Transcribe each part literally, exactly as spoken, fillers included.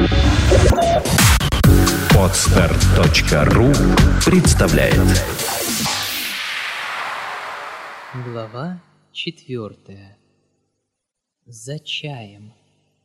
Подстер точка ру представляет. Глава четвертая. За чаем.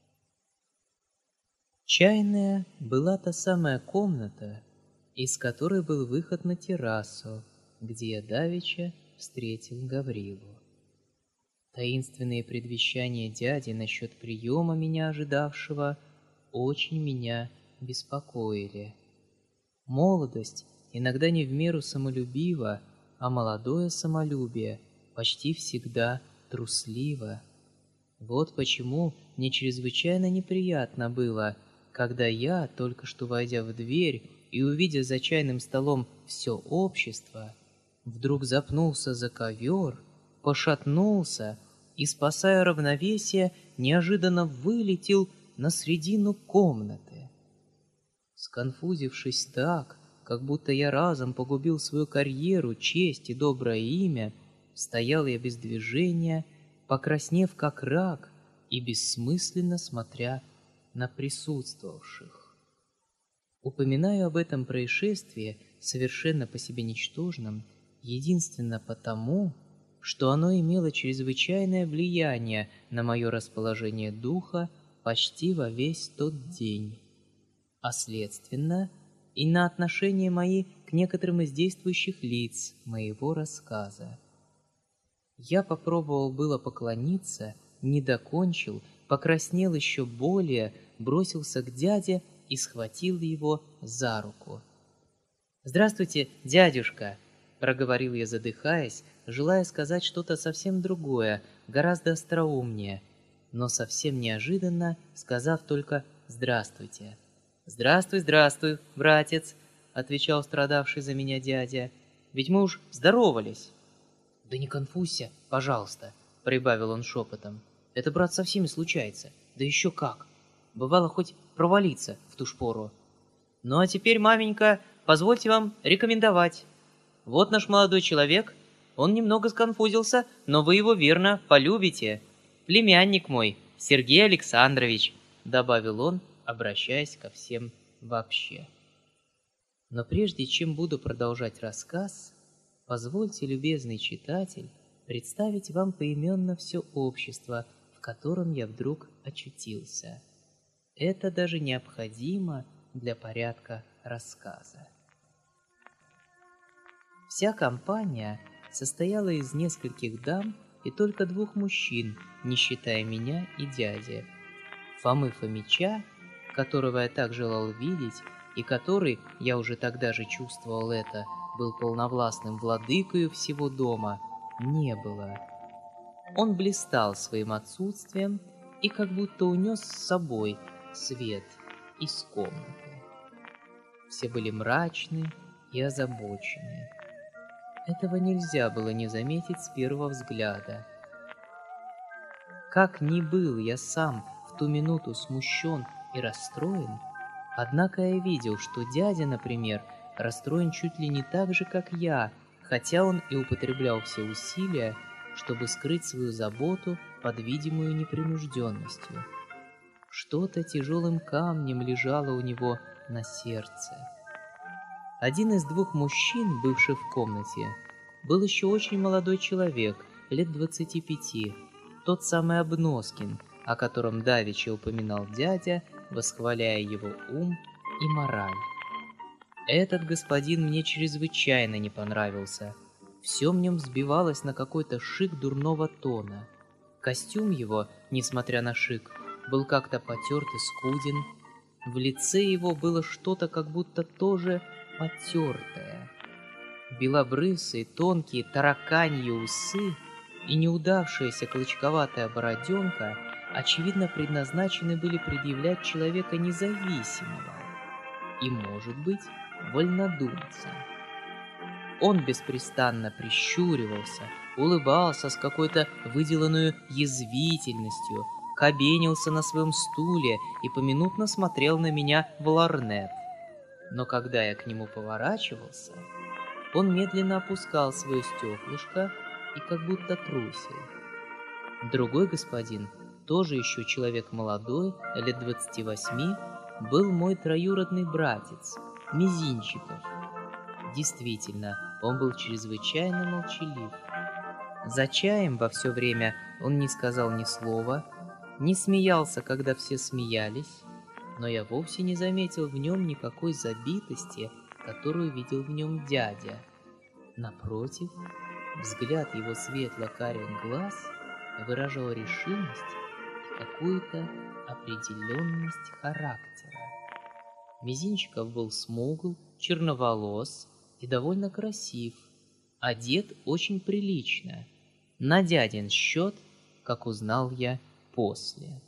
Чайная была та самая комната, из которой был выход на террасу, где я давеча встретил Гаврилу. Таинственные предвещания дяди насчет приема меня ожидавшего очень меня беспокоили. Молодость иногда не в меру самолюбива, а молодое самолюбие почти всегда трусливо. Вот почему мне чрезвычайно неприятно было, когда я, только что войдя в дверь и увидя за чайным столом все общество, вдруг запнулся за ковер, пошатнулся и, спасая равновесие, неожиданно вылетел на средину комнаты. Сконфузившись так, как будто я разом погубил свою карьеру, честь и доброе имя, стоял я без движения, покраснев как рак и бессмысленно смотря на присутствовавших. Упоминаю об этом происшествии, совершенно по себе ничтожном, единственно потому, что оно имело чрезвычайное влияние на мое расположение духа почти во весь тот день, а следственно и на отношения мои к некоторым из действующих лиц моего рассказа. Я попробовал было поклониться, не докончил, покраснел еще более, бросился к дяде и схватил его за руку. «Здравствуйте, дядюшка!» — проговорил я, задыхаясь, желая сказать что-то совсем другое, гораздо остроумнее, но совсем неожиданно сказав только «здравствуйте». «Здравствуй, здравствуй, братец!» — отвечал страдавший за меня дядя. «Ведь мы уж здоровались!» «Да не конфузься, пожалуйста!» — прибавил он шепотом. «Это, брат, со всеми случается, да еще как! Бывало хоть провалиться в ту ж пору. Ну а теперь, маменька, позвольте вам рекомендовать. Вот наш молодой человек, он немного сконфузился, но вы его верно полюбите. Племянник мой, Сергей Александрович», — добавил он, обращаясь ко всем вообще. Но прежде чем буду продолжать рассказ, позвольте, любезный читатель, представить вам поименно все общество, в котором я вдруг очутился. Это даже необходимо для порядка рассказа. Вся компания состояла из нескольких дам и только двух мужчин, не считая меня и дяди. Фомы Фомича, которого я так желал видеть, и который, я уже тогда же чувствовал это, был полновластным владыкою всего дома, не было. Он блистал своим отсутствием и как будто унес с собой свет из комнаты. Все были мрачны и озабочены. Этого нельзя было не заметить с первого взгляда. Как ни был я сам в ту минуту смущен и расстроен, однако я видел, что дядя, например, расстроен чуть ли не так же, как я, хотя он и употреблял все усилия, чтобы скрыть свою заботу под видимую непринужденностью. Что-то тяжелым камнем лежало у него на сердце. Один из двух мужчин, бывших в комнате, был еще очень молодой человек, лет двадцати пяти, тот самый Обноскин, о котором давеча упоминал дядя, восхваляя его ум и мораль. Этот господин мне чрезвычайно не понравился. Все в нем сбивалось на какой-то шик дурного тона. Костюм его, несмотря на шик, был как-то потерт и скуден. В лице его было что-то как будто тоже потертое. Белобрысые, тонкие, тараканьи усы и неудавшаяся клочковатая бороденка очевидно предназначены были предъявлять человека независимого и, может быть, вольнодумца. Он беспрестанно прищуривался, улыбался с какой-то выделанной язвительностью, кабенился на своем стуле и поминутно смотрел на меня в лорнет. Но когда я к нему поворачивался, он медленно опускал свое стеклышко и как будто трусил. Другой господин, тоже еще человек молодой, лет двадцати восьми, был мой троюродный братец, Мизинчиков. Действительно, он был чрезвычайно молчалив. За чаем во все время он не сказал ни слова, не смеялся, когда все смеялись, но я вовсе не заметил в нем никакой забитости, которую видел в нем дядя. Напротив, взгляд его светло-карих глаз выражал решимость и какую-то определенность характера. Мизинчиков был смугл, черноволос и довольно красив, одет очень прилично, на дядин счет, как узнал я после.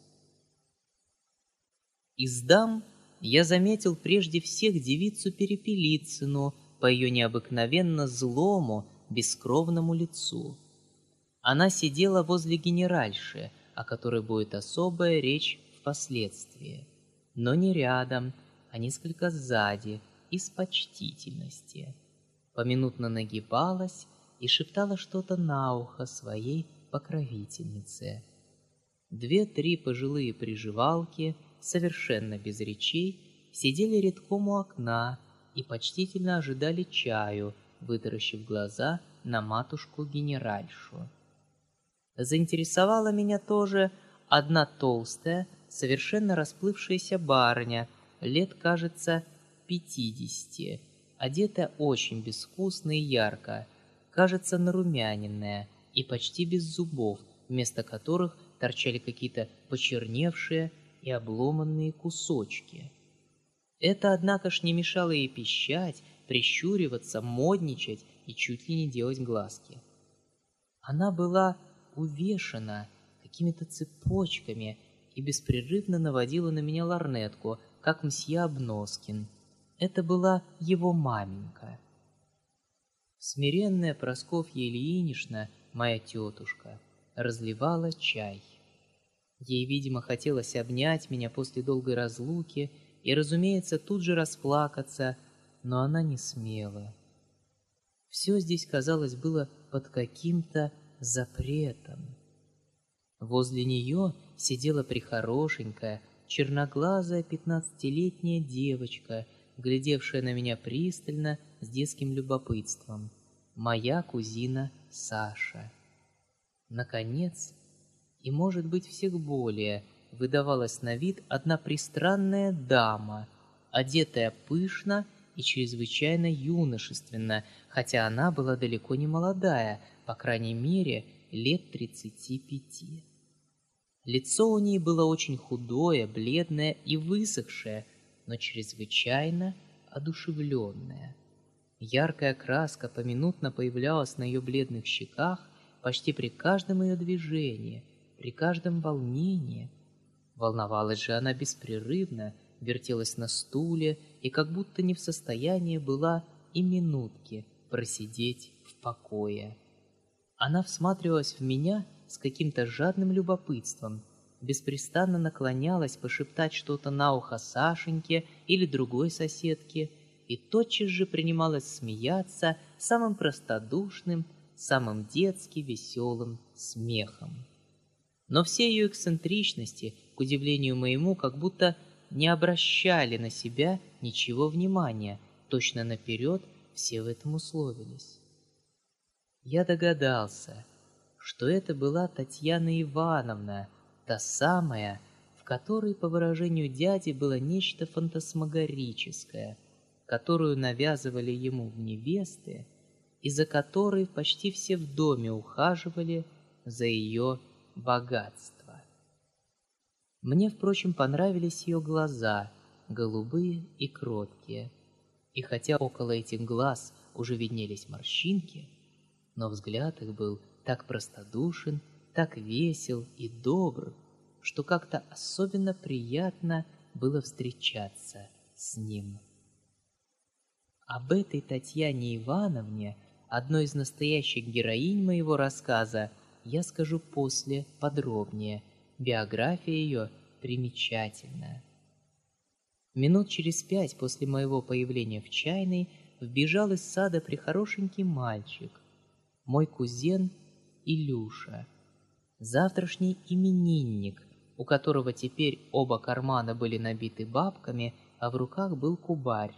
Из дам я заметил прежде всех девицу Перепелицыну по ее необыкновенно злому, бескровному лицу. Она сидела возле генеральши, о которой будет особая речь впоследствии, но не рядом, а несколько сзади, из почтительности. Поминутно нагибалась и шептала что-то на ухо своей покровительнице. Две-три пожилые приживалки, совершенно без речей, сидели редком у окна и почтительно ожидали чаю, вытаращив глаза на матушку-генеральшу. Заинтересовала меня тоже одна толстая, совершенно расплывшаяся барыня, лет, кажется, пятидесяти, одетая очень безвкусно и ярко, кажется, нарумяненная и почти без зубов, вместо которых торчали какие-то почерневшие и обломанные кусочки. Это, однако ж, не мешало ей пищать, прищуриваться, модничать и чуть ли не делать глазки. Она была увешана какими-то цепочками и беспрерывно наводила на меня лорнетку, как мсье Обноскин. Это была его маменька. Смиренная Просковья Ильинична, моя тетушка, разливала чай. Ей, видимо, хотелось обнять меня после долгой разлуки и, разумеется, тут же расплакаться, но она не смела. Все здесь, казалось, было под каким-то запретом. Возле нее сидела прехорошенькая, черноглазая пятнадцатилетняя девочка, глядевшая на меня пристально с детским любопытством, моя кузина Саша. Наконец, и, может быть, всех более, выдавалась на вид одна пристранная дама, одетая пышно и чрезвычайно юношественно, хотя она была далеко не молодая, по крайней мере, лет тридцати пяти. Лицо у ней было очень худое, бледное и высохшее, но чрезвычайно одушевленное. Яркая краска поминутно появлялась на ее бледных щеках почти при каждом ее движении, при каждом волнении. Волновалась же она беспрерывно, вертелась на стуле и как будто не в состоянии была и минутки просидеть в покое. Она всматривалась в меня с каким-то жадным любопытством, беспрестанно наклонялась пошептать что-то на ухо Сашеньке или другой соседке и тотчас же принималась смеяться самым простодушным, самым детски веселым смехом. Но все ее эксцентричности, к удивлению моему, как будто не обращали на себя ничего внимания, точно наперед все в этом условились. Я догадался, что это была Татьяна Ивановна, та самая, в которой, по выражению дяди, было нечто фантасмагорическое, которую навязывали ему в невесты, и за которой почти все в доме ухаживали за ее богатство. Мне, впрочем, понравились ее глаза, голубые и кроткие, и хотя около этих глаз уже виднелись морщинки, но взгляд их был так простодушен, так весел и добр, что как-то особенно приятно было встречаться с ним. Об этой Татьяне Ивановне, одной из настоящих героинь моего рассказа, я скажу после подробнее. Биография ее примечательна. Минут через пять после моего появления в чайной вбежал из сада прехорошенький мальчик, мой кузен Илюша, завтрашний именинник, у которого теперь оба кармана были набиты бабками, а в руках был кубарь.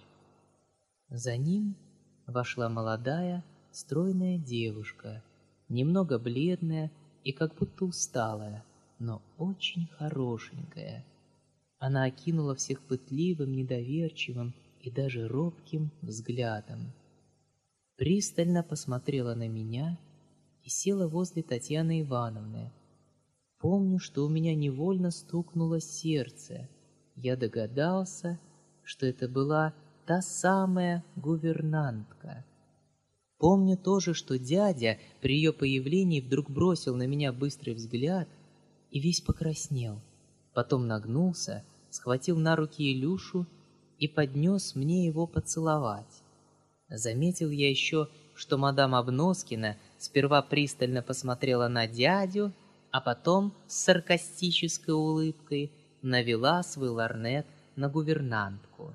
За ним вошла молодая, стройная девушка, немного бледная и как будто усталая, но очень хорошенькая. Она окинула всех пытливым, недоверчивым и даже робким взглядом. Пристально посмотрела на меня и села возле Татьяны Ивановны. Помню, что у меня невольно стукнуло сердце. Я догадался, что это была та самая гувернантка. Помню тоже, что дядя при ее появлении вдруг бросил на меня быстрый взгляд и весь покраснел. Потом нагнулся, схватил на руки Илюшу и поднес мне его поцеловать. Заметил я еще, что мадам Обноскина сперва пристально посмотрела на дядю, а потом с саркастической улыбкой навела свой лорнет на гувернантку.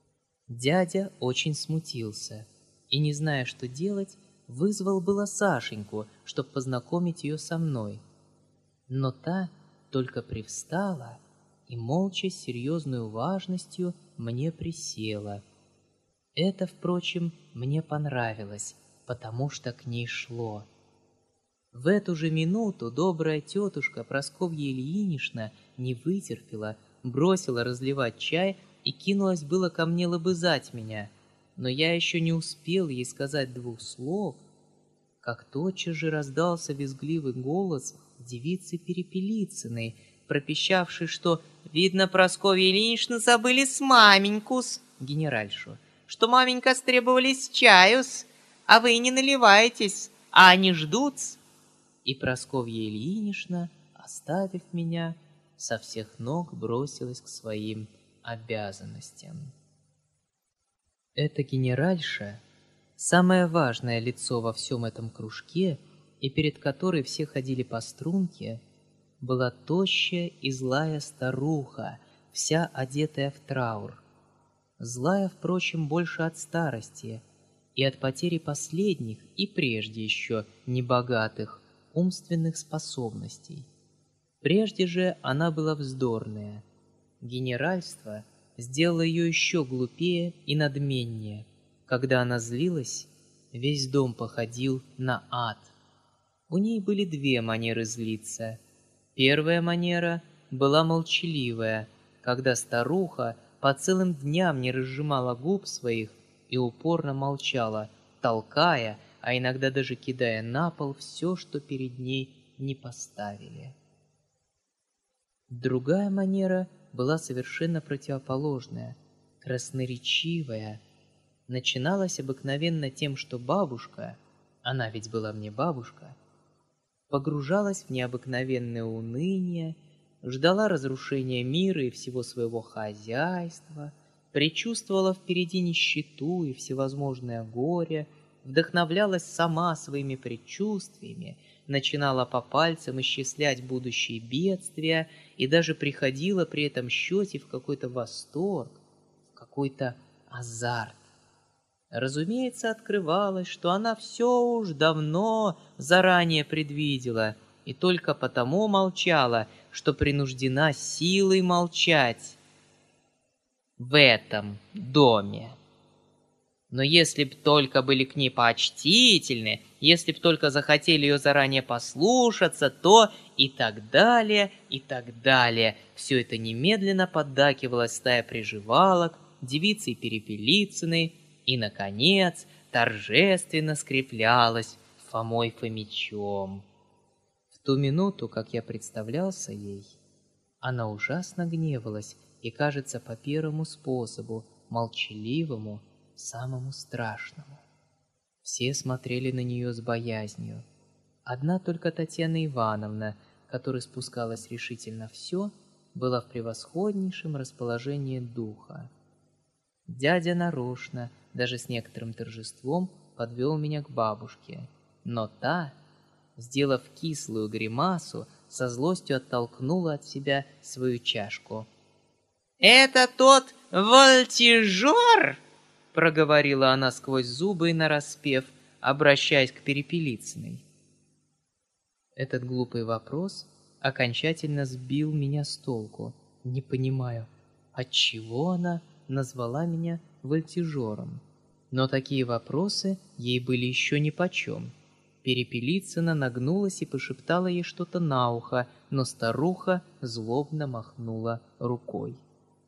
Дядя очень смутился и, не зная, что делать, вызвал было Сашеньку, чтобы познакомить ее со мной. Но та только привстала и молча с серьезной важностью мне присела. Это, впрочем, мне понравилось, потому что к ней шло. В эту же минуту добрая тетушка Прасковья Ильинична не вытерпела, бросила разливать чай и кинулась было ко мне лобызать меня, но я еще не успел ей сказать двух слов, как тотчас же раздался визгливый голос девицы Перепелицыной, пропищавшей, что, видно, Прасковья Ильинична забыли с маменьку-с, генеральшу, что маменька стребовались чаю-с, а вы не наливаетесь, а они ждут-с. И Прасковья Ильинична, оставив меня, со всех ног бросилась к своим обязанностям. Эта генеральша — самое важное лицо во всем этом кружке, и перед которой все ходили по струнке, была тощая и злая старуха, вся одетая в траур. Злая, впрочем, больше от старости и от потери последних и прежде еще небогатых умственных способностей. Прежде же она была вздорная. Генеральство сделало ее еще глупее и надменнее. Когда она злилась, весь дом походил на ад. У ней были две манеры злиться. Первая манера была молчаливая, когда старуха по целым дням не разжимала губ своих и упорно молчала, толкая, а иногда даже кидая на пол все, что перед ней не поставили. Другая манера была совершенно противоположная, красноречивая. Начиналась обыкновенно тем, что бабушка, она ведь была мне бабушка, погружалась в необыкновенное уныние, ждала разрушения мира и всего своего хозяйства, предчувствовала впереди нищету и всевозможное горе, вдохновлялась сама своими предчувствиями, начинала по пальцам исчислять будущие бедствия и даже приходила при этом счете в какой-то восторг, в какой-то азарт. Разумеется, открывалось, что она все уж давно заранее предвидела и только потому молчала, что принуждена силой молчать в этом доме. Но если б только были к ней поочтительны, если б только захотели ее заранее послушаться, то и так далее, и так далее. Все это немедленно поддакивалась стая приживалок, девицей Перепелицыной и, наконец, торжественно скреплялась Фомой Фомичом. В ту минуту, как я представлялся ей, она ужасно гневалась и, кажется, по первому способу, молчаливому, самому страшному. Все смотрели на нее с боязнью. Одна только Татьяна Ивановна, которая спускалась решительно все, была в превосходнейшем расположении духа. Дядя нарочно, даже с некоторым торжеством, подвел меня к бабушке, но та, сделав кислую гримасу, со злостью оттолкнула от себя свою чашку. «Это тот вольтежер?» — проговорила она сквозь зубы и нараспев, обращаясь к Перепелицыной. Этот глупый вопрос окончательно сбил меня с толку. Не понимаю, отчего она назвала меня вольтежером. Но такие вопросы ей были еще нипочем. Перепелицына нагнулась и пошептала ей что-то на ухо, но старуха злобно махнула рукой.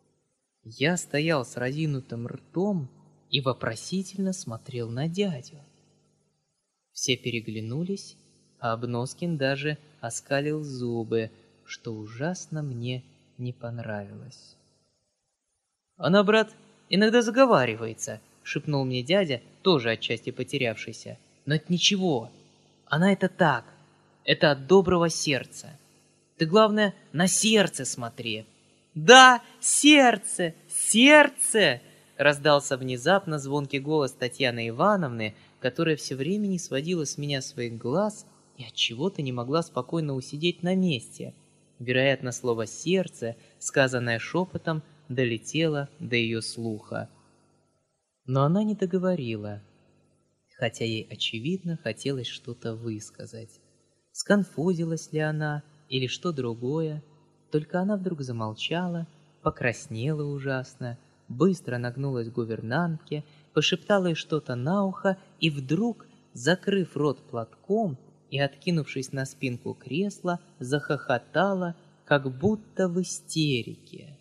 Я стоял с разинутым ртом и вопросительно смотрел на дядю. Все переглянулись, а Обноскин даже оскалил зубы, что ужасно мне не понравилось. «Она, брат, иногда заговаривается», — шепнул мне дядя, тоже отчасти потерявшийся. «Но это ничего. Она это так. Это от доброго сердца. Ты, главное, на сердце смотри». «Да, сердце! Сердце!» — раздался внезапно звонкий голос Татьяны Ивановны, которая все время не сводила с меня своих глаз и отчего-то не могла спокойно усидеть на месте. Вероятно, слово «сердце», сказанное шепотом, долетело до ее слуха. Но она не договорила, хотя ей, очевидно, хотелось что-то высказать. Сконфузилась ли она или что другое? Только она вдруг замолчала, покраснела ужасно, быстро нагнулась к гувернантке, пошептала ей что-то на ухо и вдруг, закрыв рот платком и откинувшись на спинку кресла, захохотала, как будто в истерике.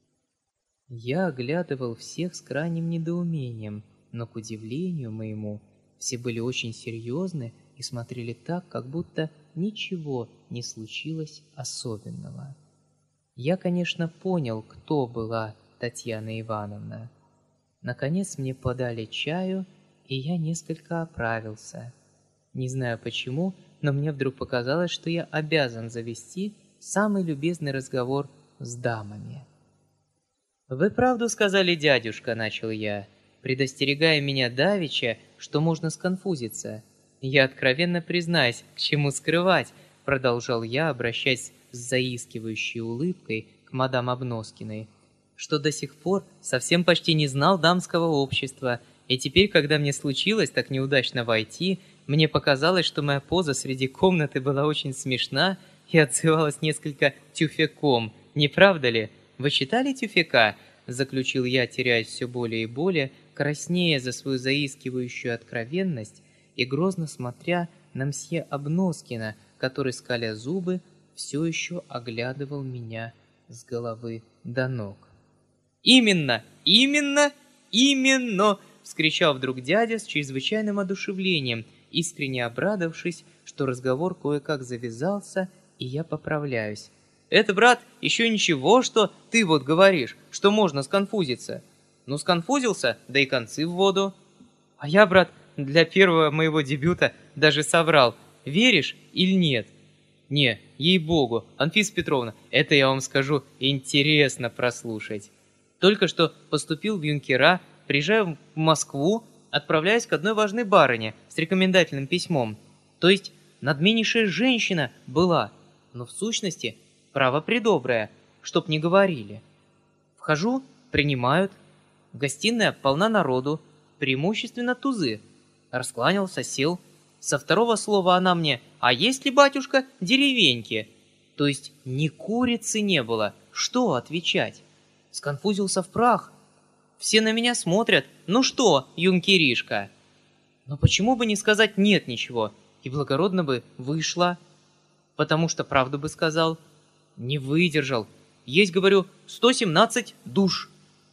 Я оглядывал всех с крайним недоумением, но, к удивлению моему, все были очень серьезны и смотрели так, как будто ничего не случилось особенного. Я, конечно, понял, кто была Татьяна Ивановна. Наконец мне подали чаю, и я несколько оправился. Не знаю почему, но мне вдруг показалось, что я обязан завести самый любезный разговор с дамами. «Вы правду сказали, дядюшка», — начал я, предостерегая меня давеча, что можно сконфузиться. «Я откровенно признаюсь, к чему скрывать», — продолжал я, обращаясь с заискивающей улыбкой к мадам Обноскиной, «что до сих пор совсем почти не знал дамского общества, и теперь, когда мне случилось так неудачно войти, мне показалось, что моя поза среди комнаты была очень смешна и отзывалась несколько тюфяком. Не правда ли? Вы читали «Тюфяка»?» — заключил я, теряясь все более и более, краснея за свою заискивающую откровенность и грозно смотря на мсье Обноскина, который, скаля зубы, все еще оглядывал меня с головы до ног. «Именно! Именно! Именно!» — вскричал вдруг дядя с чрезвычайным одушевлением, искренне обрадовавшись, что разговор кое-как завязался, и я поправляюсь. «Это, брат, еще ничего, что ты вот говоришь, что можно сконфузиться. Ну, сконфузился, да и концы в воду. А я, брат, для первого моего дебюта даже соврал. Веришь или нет?» «Не, ей-богу, Анфиса Петровна, это я вам скажу, интересно прослушать. Только что поступил в юнкера, приезжаю в Москву, отправляюсь к одной важной барыне с рекомендательным письмом. То есть надменнейшая женщина была, но в сущности право предоброе, чтоб не говорили. Вхожу, принимают, гостиная полна народу, преимущественно тузы. Раскланялся, сел. Со второго слова она мне: «А есть ли, батюшка, деревеньки?» То есть ни курицы не было, что отвечать? Сконфузился в прах. Все на меня смотрят: «Ну что, юнкеришка?» Но почему бы не сказать «нет» ничего, и благородно бы вышла? Потому что правду бы сказал. Не выдержал. Есть, говорю, сто семнадцать душ.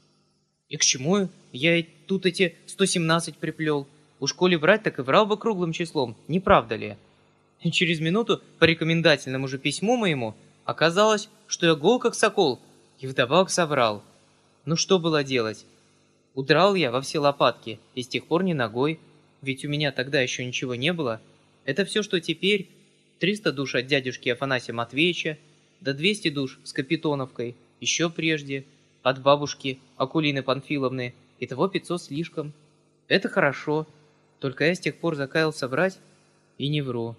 И к чему я и тут эти сто семнадцать приплел? Уж коли врать, так и врал бы круглым числом, не правда ли? И через минуту по рекомендательному же письму моему оказалось, что я гол как сокол, и вдобавок соврал. Ну что было делать? Удрал я во все лопатки, и с тех пор не ногой, ведь у меня тогда еще ничего не было. Это все, что теперь. триста душ от дядюшки Афанасия Матвеевича, да двести душ с Капитоновкой, еще прежде, от бабушки Акулины Панфиловны, итого пятьсот слишком. Это хорошо, только я с тех пор закаялся врать и не вру.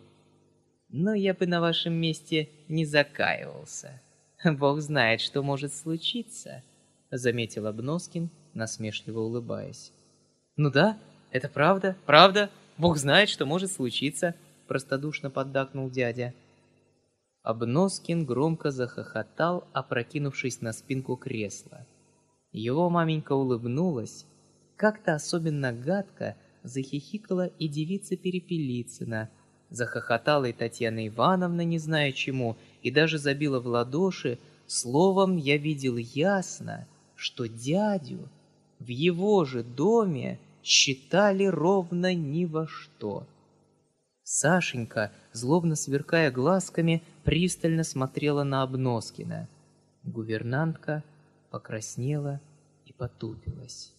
Но я бы на вашем месте не закаивался. Бог знает, что может случиться, — заметил Обноскин, насмешливо улыбаясь. Ну да, это правда, правда, Бог знает, что может случиться, — простодушно поддакнул дядя. Обноскин громко захохотал, опрокинувшись на спинку кресла. Его маменька улыбнулась. Как-то особенно гадко захихикала и девица Перепелицына. Захохотала и Татьяна Ивановна, не зная чему, и даже забила в ладоши. Словом, я видел ясно, что дядю в его же доме считали ровно ни во что. Сашенька, злобно сверкая глазками, пристально смотрела на Обноскина. Гувернантка покраснела и потупилась.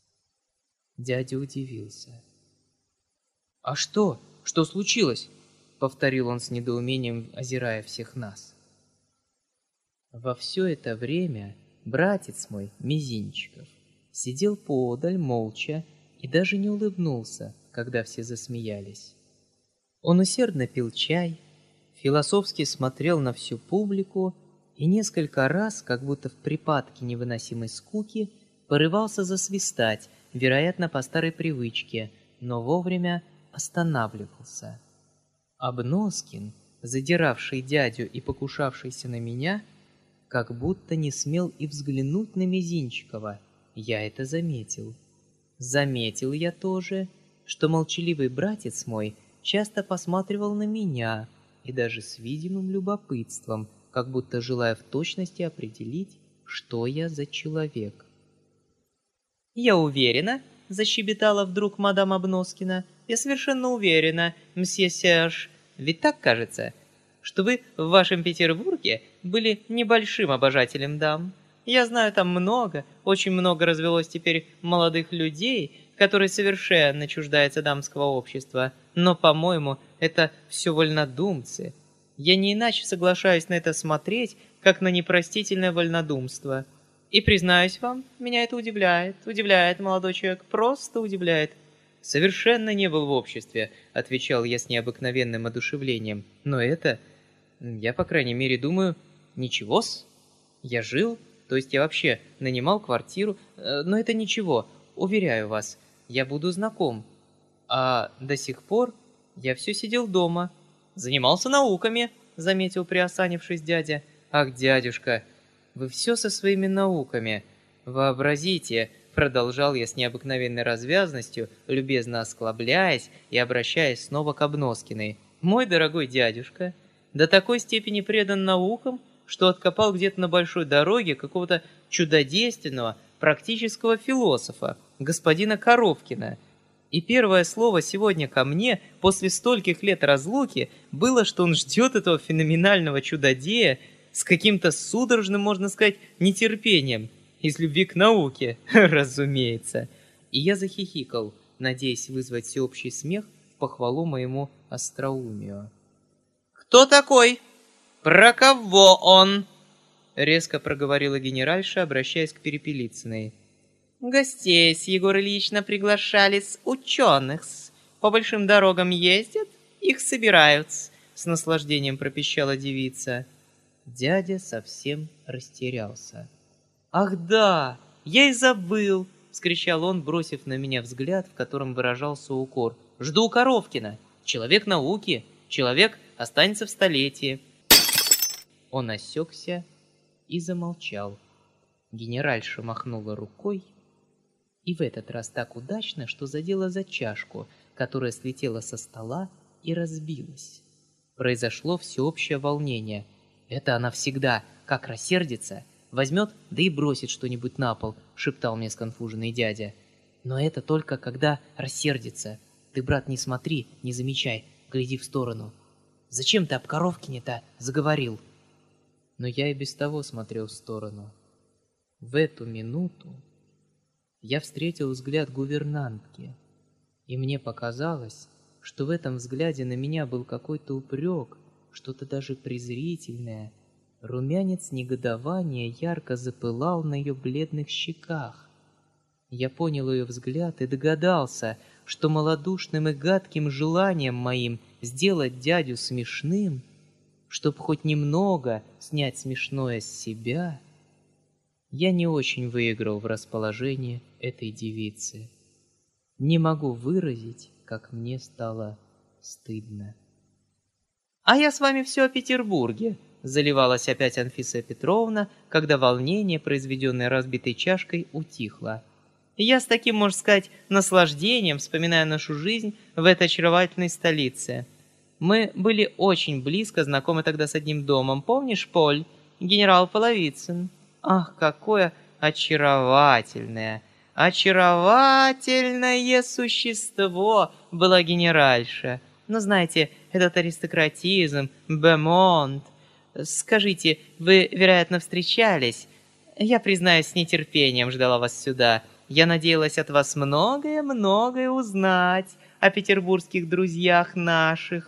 Дядя удивился. «А что? Что случилось?» — повторил он с недоумением, озирая всех нас. Во все это время братец мой, Мизинчиков, сидел поодаль молча и даже не улыбнулся, когда все засмеялись. Он усердно пил чай, философски смотрел на всю публику и несколько раз, как будто в припадке невыносимой скуки, порывался засвистать, вероятно, по старой привычке, но вовремя останавливался. Обноскин, задиравший дядю и покушавшийся на меня, как будто не смел и взглянуть на Мизинчикова. Я это заметил. Заметил я тоже, что молчаливый братец мой часто посматривал на меня и даже с видимым любопытством, как будто желая в точности определить, что я за человек. «Я уверена», — защебетала вдруг мадам Обноскина, «я совершенно уверена, мсье Серж, ведь так кажется, что вы в вашем Петербурге были небольшим обожателем дам. Я знаю, там много, очень много развелось теперь молодых людей, которые совершенно чуждаются дамского общества, но, по-моему, это все вольнодумцы. Я не иначе соглашаюсь на это смотреть, как на непростительное вольнодумство. И, признаюсь вам, меня это удивляет, удивляет, молодой человек, просто удивляет». «Совершенно не был в обществе», — отвечал я с необыкновенным одушевлением. «Но это, я, по крайней мере, думаю, ничего-с. Я жил, то есть я вообще нанимал квартиру, но это ничего, уверяю вас, я буду знаком. А до сих пор я все сидел дома, занимался науками», — заметил приосанившись дядя. «Ах, дядюшка, вы все со своими науками. Вообразите», — продолжал я с необыкновенной развязностью, любезно осклабляясь и обращаясь снова к Обноскиной. «Мой дорогой дядюшка до такой степени предан наукам, что откопал где-то на большой дороге какого-то чудодейственного практического философа, господина Коровкина. И первое слово сегодня ко мне, после стольких лет разлуки, было, что он ждет этого феноменального чудодея с каким-то судорожным, можно сказать, нетерпением, из любви к науке, разумеется». И я захихикал, надеясь вызвать всеобщий смех в похвалу моему остроумию. «Кто такой? Про кого он?» — резко проговорила генеральша, обращаясь к Перепелицыной. «Гостей с Егор лично приглашали с ученых-с. По большим дорогам ездят, их собирают-с», — с наслаждением пропищала девица. Дядя совсем растерялся. «Ах да, я и забыл!» — вскричал он, бросив на меня взгляд, в котором выражался укор. «Жду Коровкина. Человек науки. Человек останется в столетии». Он осекся и замолчал. Генеральша махнула рукой, и в этот раз так удачно, что задела за чашку, которая слетела со стола и разбилась. Произошло всеобщее волнение. «Это она всегда, как рассердится, возьмет, да и бросит что-нибудь на пол», — шептал мне сконфуженный дядя. «Но это только когда рассердится. Ты, брат, не смотри, не замечай, гляди в сторону. Зачем ты об Коровкине-то заговорил?» Но я и без того смотрел в сторону. В эту минуту я встретил взгляд гувернантки, и мне показалось, что в этом взгляде на меня был какой-то упрек, что-то даже презрительное. Румянец негодования ярко запылал на ее бледных щеках. Я понял ее взгляд и догадался, что малодушным и гадким желанием моим сделать дядю смешным, чтоб хоть немного снять смешное с себя, я не очень выиграл в расположении этой девицы. Не могу выразить, как мне стало стыдно. «А я с вами все о Петербурге», — заливалась опять Анфиса Петровна, когда волнение, произведенное разбитой чашкой, утихло. «Я с таким, можно сказать, наслаждением вспоминаю нашу жизнь в этой очаровательной столице. Мы были очень близко знакомы тогда с одним домом. Помнишь, Поль? Генерал Половицын. Ах, какое очаровательное, очаровательное существо была генеральша. Но знаете, этот аристократизм, бемонт. Скажите, вы, вероятно, встречались? Я, признаюсь, с нетерпением ждала вас сюда. Я надеялась от вас многое-многое узнать о петербургских друзьях наших».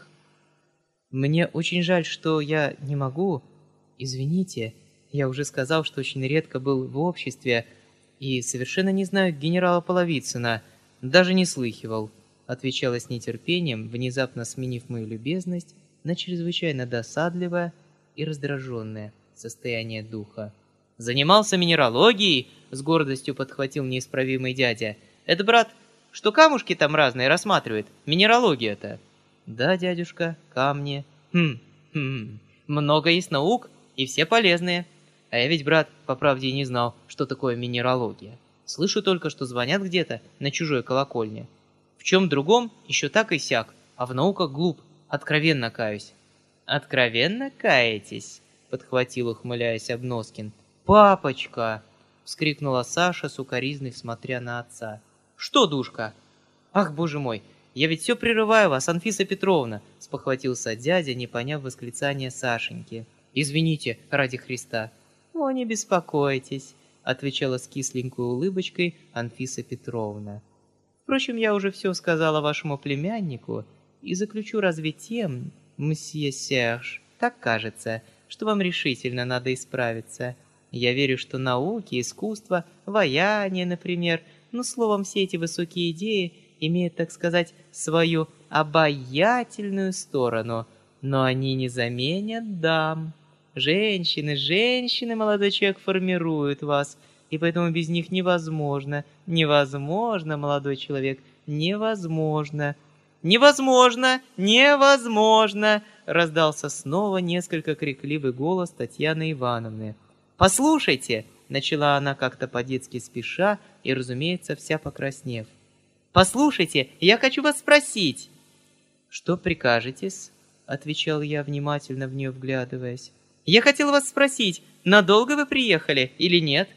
«Мне очень жаль, что я не могу. Извините, я уже сказал, что очень редко был в обществе и совершенно не знаю генерала Половицына, даже не слыхивал», отвечала с нетерпением, внезапно сменив мою любезность на чрезвычайно досадливое и раздраженное состояние духа. «Занимался минералогией?» — с гордостью подхватил неисправимый дядя. «Это, брат, что камушки там разные рассматривает? Минералогия-то?» «Да, дядюшка, камни. Хм, хм, много есть наук, и все полезные. А я ведь, брат, по правде и не знал, что такое минералогия. Слышу только, что звонят где-то на чужой колокольне. В чем другом еще так и сяк, а в науках глуп, откровенно каюсь». «Откровенно каетесь?» — подхватил, ухмыляясь, Обноскин. «Папочка!» — вскрикнула Саша, сукоризной смотря на отца. «Что, душка?» «Ах, боже мой! Я ведь все прерываю вас, Анфиса Петровна!» — спохватился дядя, не поняв восклицания Сашеньки. «Извините, ради Христа!» «О, не беспокойтесь!» — отвечала с кисленькой улыбочкой Анфиса Петровна. «Впрочем, я уже все сказала вашему племяннику и заключу разве тем, мсье Серж, так кажется, что вам решительно надо исправиться. Я верю, что науки, искусство, ваяние, например, ну, словом, все эти высокие идеи имеют, так сказать, свою обаятельную сторону, но они не заменят дам. Женщины, женщины, молодой человек, формируют вас, и поэтому без них невозможно, невозможно, молодой человек, невозможно». «Невозможно! Невозможно!» — раздался снова несколько крикливый голос Татьяны Ивановны. «Послушайте!» — начала она как-то по-детски спеша и, разумеется, вся покраснев. «Послушайте, я хочу вас спросить!» «Что прикажете-с?» — отвечал я, внимательно в нее вглядываясь. «Я хотел вас спросить, надолго вы приехали или нет?»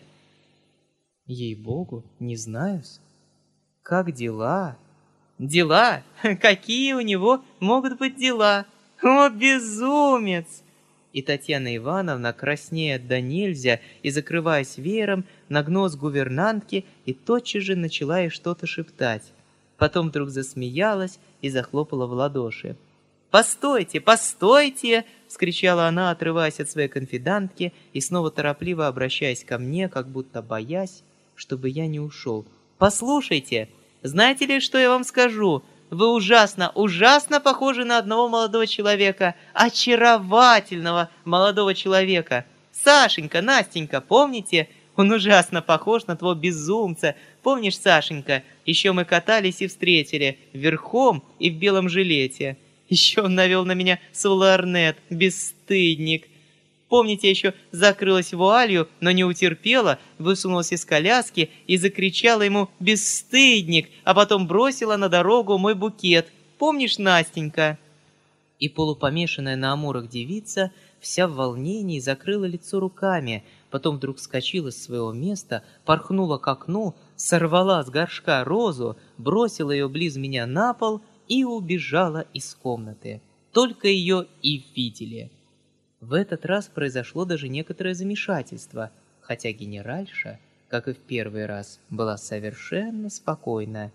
«Ей-богу, не знаю-с. Как дела?» «Дела? Какие у него могут быть дела? О, безумец!» И Татьяна Ивановна, краснея до нельзя и закрываясь веером, нагнулась к гувернантке и тотчас же начала ей что-то шептать. Потом вдруг засмеялась и захлопала в ладоши. «Постойте, постойте!» — вскричала она, отрываясь от своей конфидантки и снова торопливо обращаясь ко мне, как будто боясь, чтобы я не ушел. «Послушайте, знаете ли, что я вам скажу? Вы ужасно, ужасно похожи на одного молодого человека, очаровательного молодого человека. Сашенька, Настенька, помните? Он ужасно похож на того безумца. Помнишь, Сашенька, еще мы катались и встретили, верхом и в белом жилете. Еще он навел на меня соларнет, бесстыдник. Помните, еще закрылась вуалью, но не утерпела, высунулась из коляски и закричала ему «Бесстыдник!», а потом бросила на дорогу мой букет. Помнишь, Настенька?» И полупомешанная на амурах девица вся в волнении закрыла лицо руками, потом вдруг вскочила с своего места, порхнула к окну, сорвала с горшка розу, бросила ее близ меня на пол и убежала из комнаты. Только ее и видели. В этот раз произошло даже некоторое замешательство, хотя генеральша, как и в первый раз, была совершенно спокойна.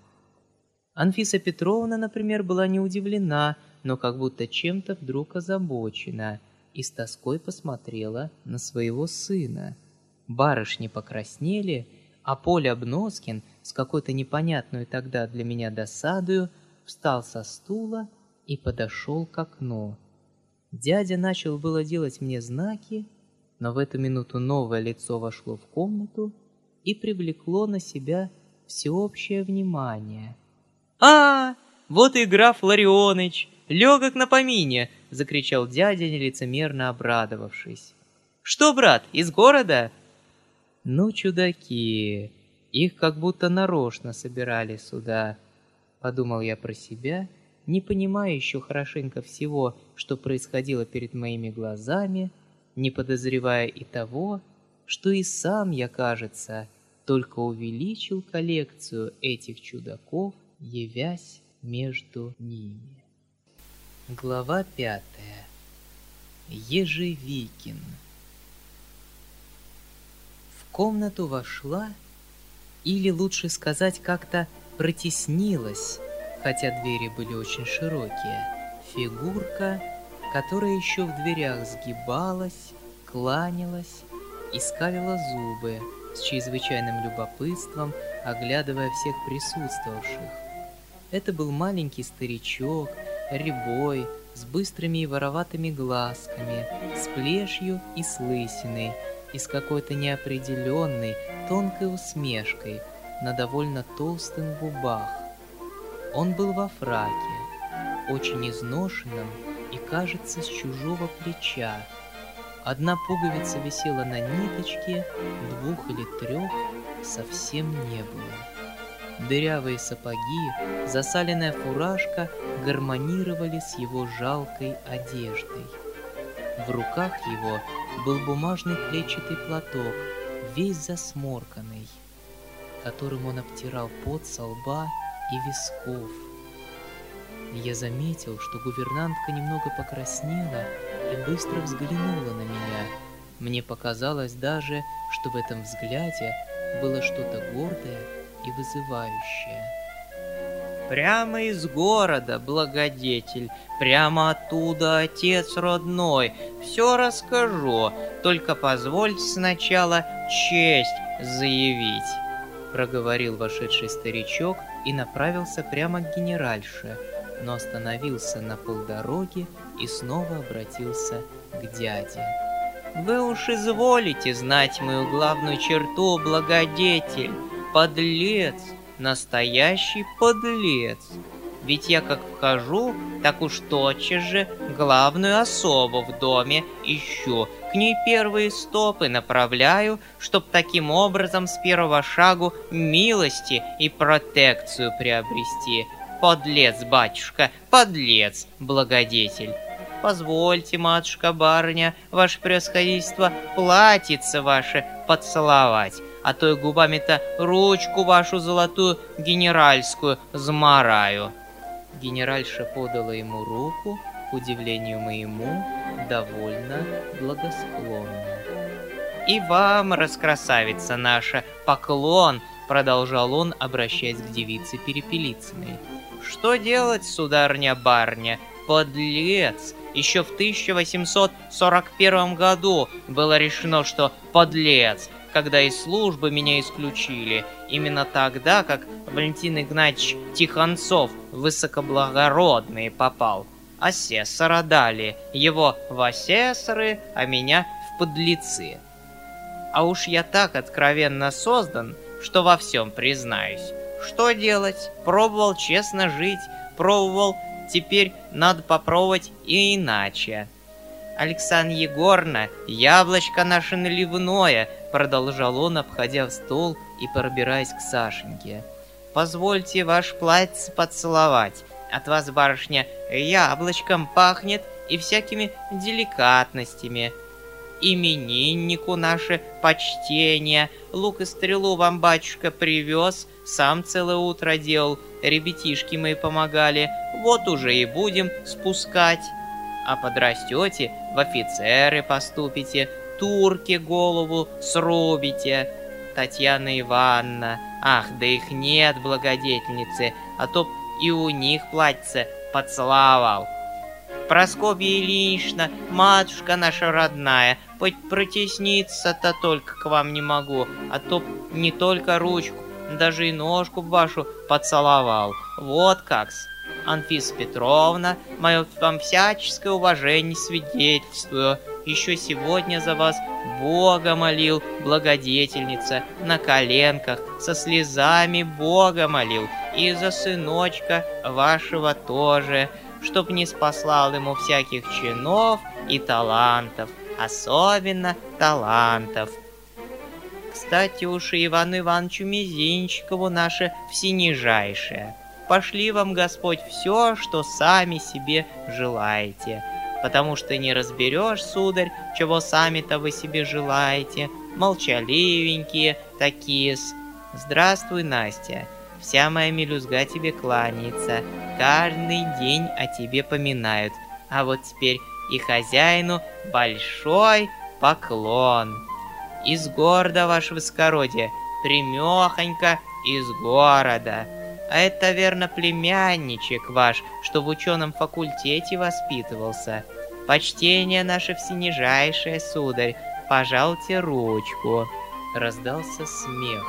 Анфиса Петровна, например, была не удивлена, но как будто чем-то вдруг озабочена, и с тоской посмотрела на своего сына. Барышни покраснели, а Поля Обноскин с какой-то непонятной тогда для меня досадою встал со стула и подошел к окну. Дядя начал было делать мне знаки, но в эту минуту новое лицо вошло в комнату и привлекло на себя всеобщее внимание. «А, вот и граф Ларионыч, легок на помине!» — закричал дядя, нелицемерно обрадовавшись. «Что, брат, из города?» «Ну, чудаки, их как будто нарочно собирали сюда», — подумал я про себя, не понимая еще хорошенько всего, что происходило перед моими глазами, не подозревая и того, что и сам я, кажется, только увеличил коллекцию этих чудаков, явясь между ними. Глава пятая. Ежевикин. В комнату вошла, или лучше сказать, как-то протеснилась, хотя двери были очень широкие, фигурка, которая еще в дверях сгибалась, кланялась и скалила зубы с чрезвычайным любопытством, оглядывая всех присутствовавших. Это был маленький старичок, рябой, с быстрыми и вороватыми глазками, с плешью и с лысиной, и с какой-то неопределенной, тонкой усмешкой на довольно толстых губах. Он был во фраке, очень изношенном и, кажется, с чужого плеча. Одна пуговица висела на ниточке, двух или трех совсем не было. Дырявые сапоги, засаленная фуражка гармонировали с его жалкой одеждой. В руках его был бумажный клетчатый платок, весь засморканный, которым он обтирал пот со лба и висков. Я заметил, что гувернантка немного покраснела и быстро взглянула на меня. Мне показалось даже, что в этом взгляде было что-то гордое и вызывающее. «Прямо из города, благодетель, прямо оттуда, отец родной, все расскажу, только позвольте сначала честь заявить», — проговорил вошедший старичок и направился прямо к генеральше, но остановился на полдороги и снова обратился к дяде. «Вы уж изволите знать мою главную черту, благодетель, подлец, настоящий подлец. Ведь я как вхожу, так уж тотчас же главную особу в доме ищу, к ней первые стопы направляю, чтоб таким образом с первого шагу милости и протекцию приобрести. Подлец, батюшка, подлец, благодетель. Позвольте, матушка-барыня, ваше превосходительство, платьице ваше поцеловать, а то и губами-то ручку вашу золотую генеральскую замараю». Генеральша подала ему руку, к удивлению моему, довольно благосклонно. «И вам, раскрасавица наша, поклон», — продолжал он, обращаясь к девице Перепелицыной. «Что делать, сударыня-барыня? Подлец! Еще в тысяча восемьсот сорок первом году было решено, что подлец, когда из службы меня исключили, именно тогда, как Валентин Игнатьевич Тихонцов высокоблагородный попал. Асессора дали, его в асессоры, а меня в подлецы. А уж я так откровенно создан, что во всем признаюсь. Что делать? Пробовал честно жить, пробовал, теперь надо попробовать и иначе. Александра Егоровна, яблочко наше наливное, продолжал он, обходя стол и пробираясь к Сашеньке. Позвольте ваш платье поцеловать. От вас, барышня, яблочком пахнет и всякими деликатностями. Имениннику наше почтение. Лук и стрелу вам батюшка привез, сам целое утро делал, ребятишки мои помогали. Вот уже и будем спускать. А подрастете, в офицеры поступите, турке голову срубите. Татьяна Ивановна, ах, да их нет, благодетельницы, а то и у них платьице поцеловал. Просковья Ильинична, матушка наша родная, хоть протесниться-то только к вам не могу, а то не только ручку, даже и ножку вашу поцеловал. Вот как-с. Анфиса Петровна, мое вам всяческое уважение свидетельствую. Еще сегодня за вас Бога молил, благодетельница, на коленках, со слезами Бога молил. И за сыночка вашего тоже, чтоб не спаслал ему всяких чинов и талантов, особенно талантов. Кстати уж и Ивану Ивановичу Мизинчикову наше всенижайшее. Пошли вам, Господь, все, что сами себе желаете, потому что не разберешь, сударь, чего сами-то вы себе желаете, молчаливенькие такие-с. Здравствуй, Настя, вся моя мелюзга тебе кланяется, каждый день о тебе поминают, а вот теперь и хозяину большой поклон. Из города, ваше высокородие, примехонько из города. А это, верно, племянничек ваш, что в ученом факультете воспитывался. Почтение наше всенижайшее, сударь, пожалуйте ручку. Раздался смех.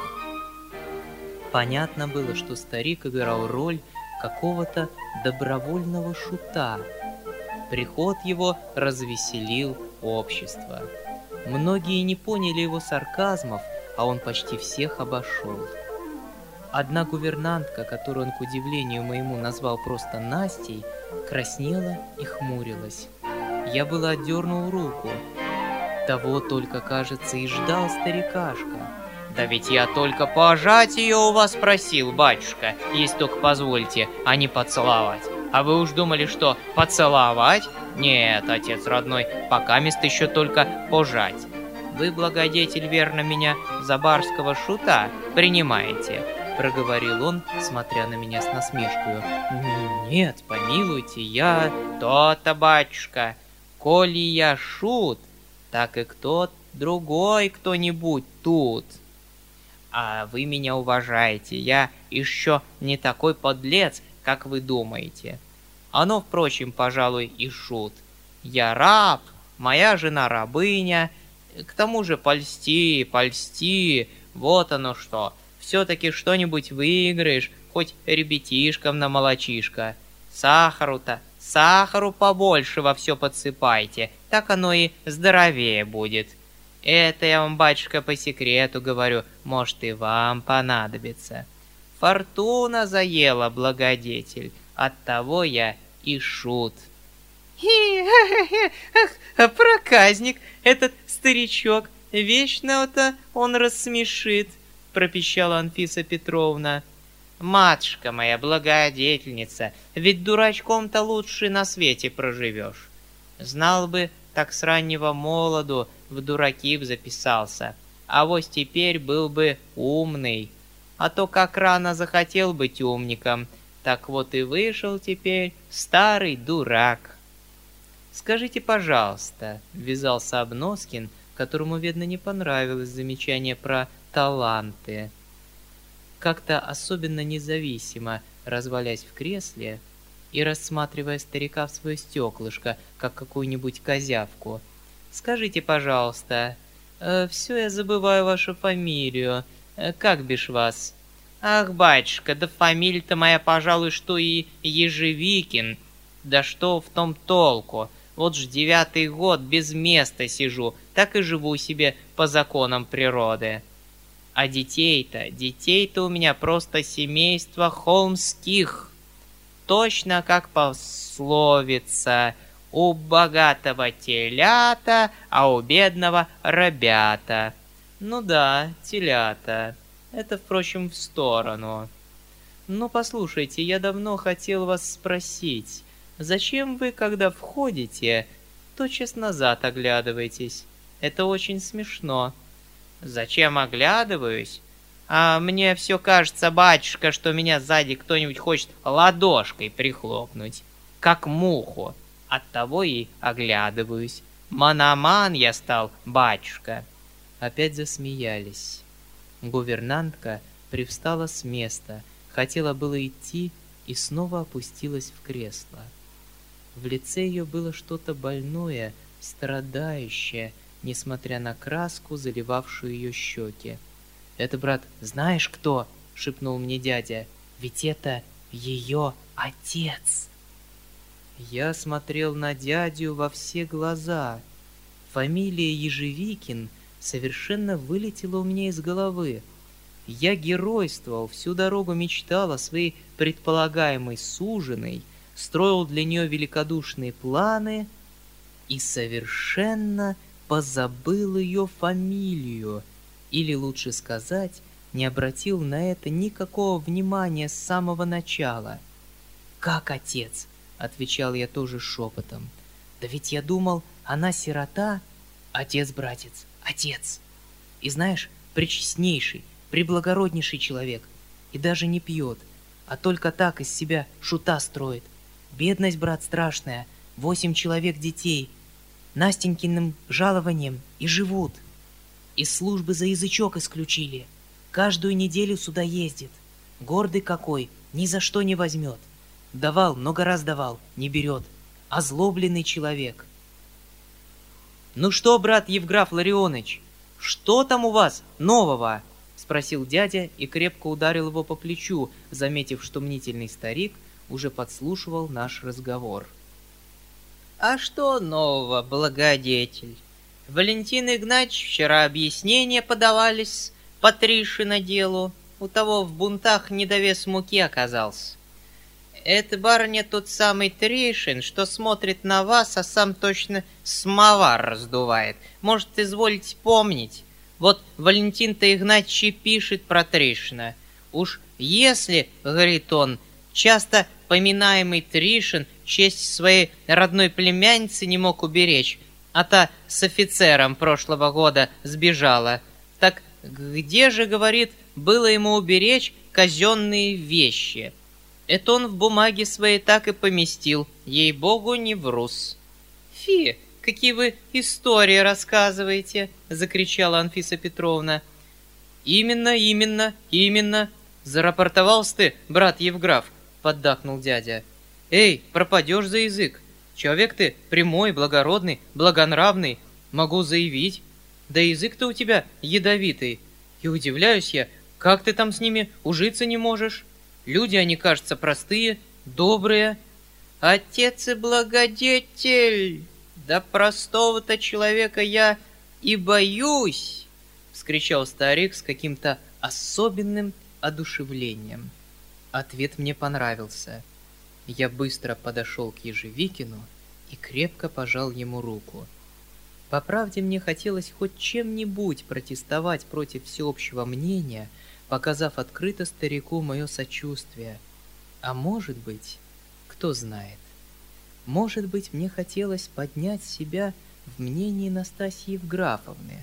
Понятно было, что старик играл роль какого-то добровольного шута. Приход его развеселил общество. Многие не поняли его сарказмов, а он почти всех обошел. Одна гувернантка, которую он, к удивлению моему, назвал просто Настей, краснела и хмурилась. Я было отдернул руку. Того только, кажется, и ждал старикашка. Да ведь я только пожать ее у вас просил, батюшка, если только позвольте, а не поцеловать. А вы уж думали, что поцеловать? Нет, отец родной, пока мест еще только пожать. Вы, благодетель, верно меня за барского шута принимаете, проговорил он, смотря на меня с насмешкой. Нет, помилуйте, я... То-то, батюшка, коли я шут, так и кто другой кто-нибудь тут. А вы меня уважаете, я еще не такой подлец, как вы думаете. Оно, впрочем, пожалуй, и шут. Я раб, моя жена рабыня, к тому же польсти, польсти, вот оно что. Все-таки что-нибудь выиграешь, хоть ребятишкам на молочишко. Сахару-то, сахару побольше во все подсыпайте, так оно и здоровее будет. Это я вам, батюшка, по секрету говорю, может и вам понадобится. Фортуна заела, благодетель, оттого я и шут. Ах, проказник, этот старичок, вечно-то он рассмешит, пропищала Анфиса Петровна. Матушка моя, благодетельница, ведь дурачком-то лучше на свете проживешь. Знал бы, так с раннего молоду в дураки б записался, а вот теперь был бы умный. А то как рано захотел быть умником, так вот и вышел теперь старый дурак. Скажите, пожалуйста, ввязался Обноскин, которому, видно, не понравилось замечание про таланты. Как-то особенно независимо, развалясь в кресле и рассматривая старика в свое стеклышко, как какую-нибудь козявку. Скажите, пожалуйста, э, все я забываю вашу фамилию. Э, как бишь вас? Ах, батюшка, да фамилия-то моя, пожалуй, что и Ежевикин. Да что в том толку? Вот ж девятый год без места сижу, так и живу себе по законам природы. А детей-то, детей-то у меня просто семейство холмских. Точно как пословица: у богатого телята, а у бедного ребята. Ну да, телята. Это, впрочем, в сторону. Ну, послушайте, я давно хотел вас спросить, зачем вы, когда входите, тотчас назад оглядываетесь? Это очень смешно. Зачем оглядываюсь? А мне все кажется, батюшка, что меня сзади кто-нибудь хочет ладошкой прихлопнуть, как муху. Оттого и оглядываюсь. Мономан я стал, батюшка. Опять засмеялись. Гувернантка привстала с места, хотела было идти и снова опустилась в кресло. В лице ее было что-то больное, страдающее, несмотря на краску, заливавшую ее щеки. «Это, брат, знаешь кто?» — шепнул мне дядя. «Ведь это ее отец!» Я смотрел на дядю во все глаза. Фамилия Ежевикин совершенно вылетела у меня из головы. Я геройствовал, всю дорогу мечтал о своей предполагаемой суженой, строил для нее великодушные планы и совершенно позабыл ее фамилию, или, лучше сказать, не обратил на это никакого внимания с самого начала. «Как отец?» — отвечал я тоже шепотом. «Да ведь я думал, она сирота». «Отец, братец, отец. И знаешь, пречестнейший, преблагороднейший человек. И даже не пьет, а только так из себя шута строит. Бедность, брат, страшная. Восемь человек детей. Настенькиным жалованием и живут. Из службы за язычок исключили. Каждую неделю сюда ездит. Гордый какой, ни за что не возьмет. Давал, много раз давал, не берет. Озлобленный человек». «Ну что, брат Евграф Ларионыч, что там у вас нового?» — спросил дядя и крепко ударил его по плечу, заметив, что мнительный старик уже подслушивал наш разговор. «А что нового, благодетель? Валентин Игнатьевич вчера объяснения подавались по Тришина делу. У того в бунтах недовес муки оказался. Это, барыня, тот самый Тришин, что смотрит на вас, а сам точно самовар раздувает. Может, изволите помнить? Вот Валентин-то Игнатьевич пишет про Тришина. Уж если, говорит он, часто поминаемый Тришин честь своей родной племянницы не мог уберечь, а та с офицером прошлого года сбежала, так где же, говорит, было ему уберечь казенные вещи? Это он в бумаге своей так и поместил, ей-богу, не врус. «Фи, какие вы истории рассказываете!» — закричала Анфиса Петровна. «Именно, именно, именно! Зарапортовался ты, брат Евграф!» — поддакнул дядя. «Эй, пропадешь за язык! Человек ты прямой, благородный, благонравный, могу заявить. Да язык-то у тебя ядовитый. И удивляюсь я, как ты там с ними ужиться не можешь? Люди, они, кажется, простые, добрые». «Отец и благодетель! Да простого-то человека я и боюсь!» — вскричал старик с каким-то особенным одушевлением. Ответ мне понравился. Я быстро подошел к Ежевикину и крепко пожал ему руку. По правде, мне хотелось хоть чем-нибудь протестовать против всеобщего мнения, показав открыто старику мое сочувствие. А может быть, кто знает, может быть, мне хотелось поднять себя в мнении Настасьи Евграфовны,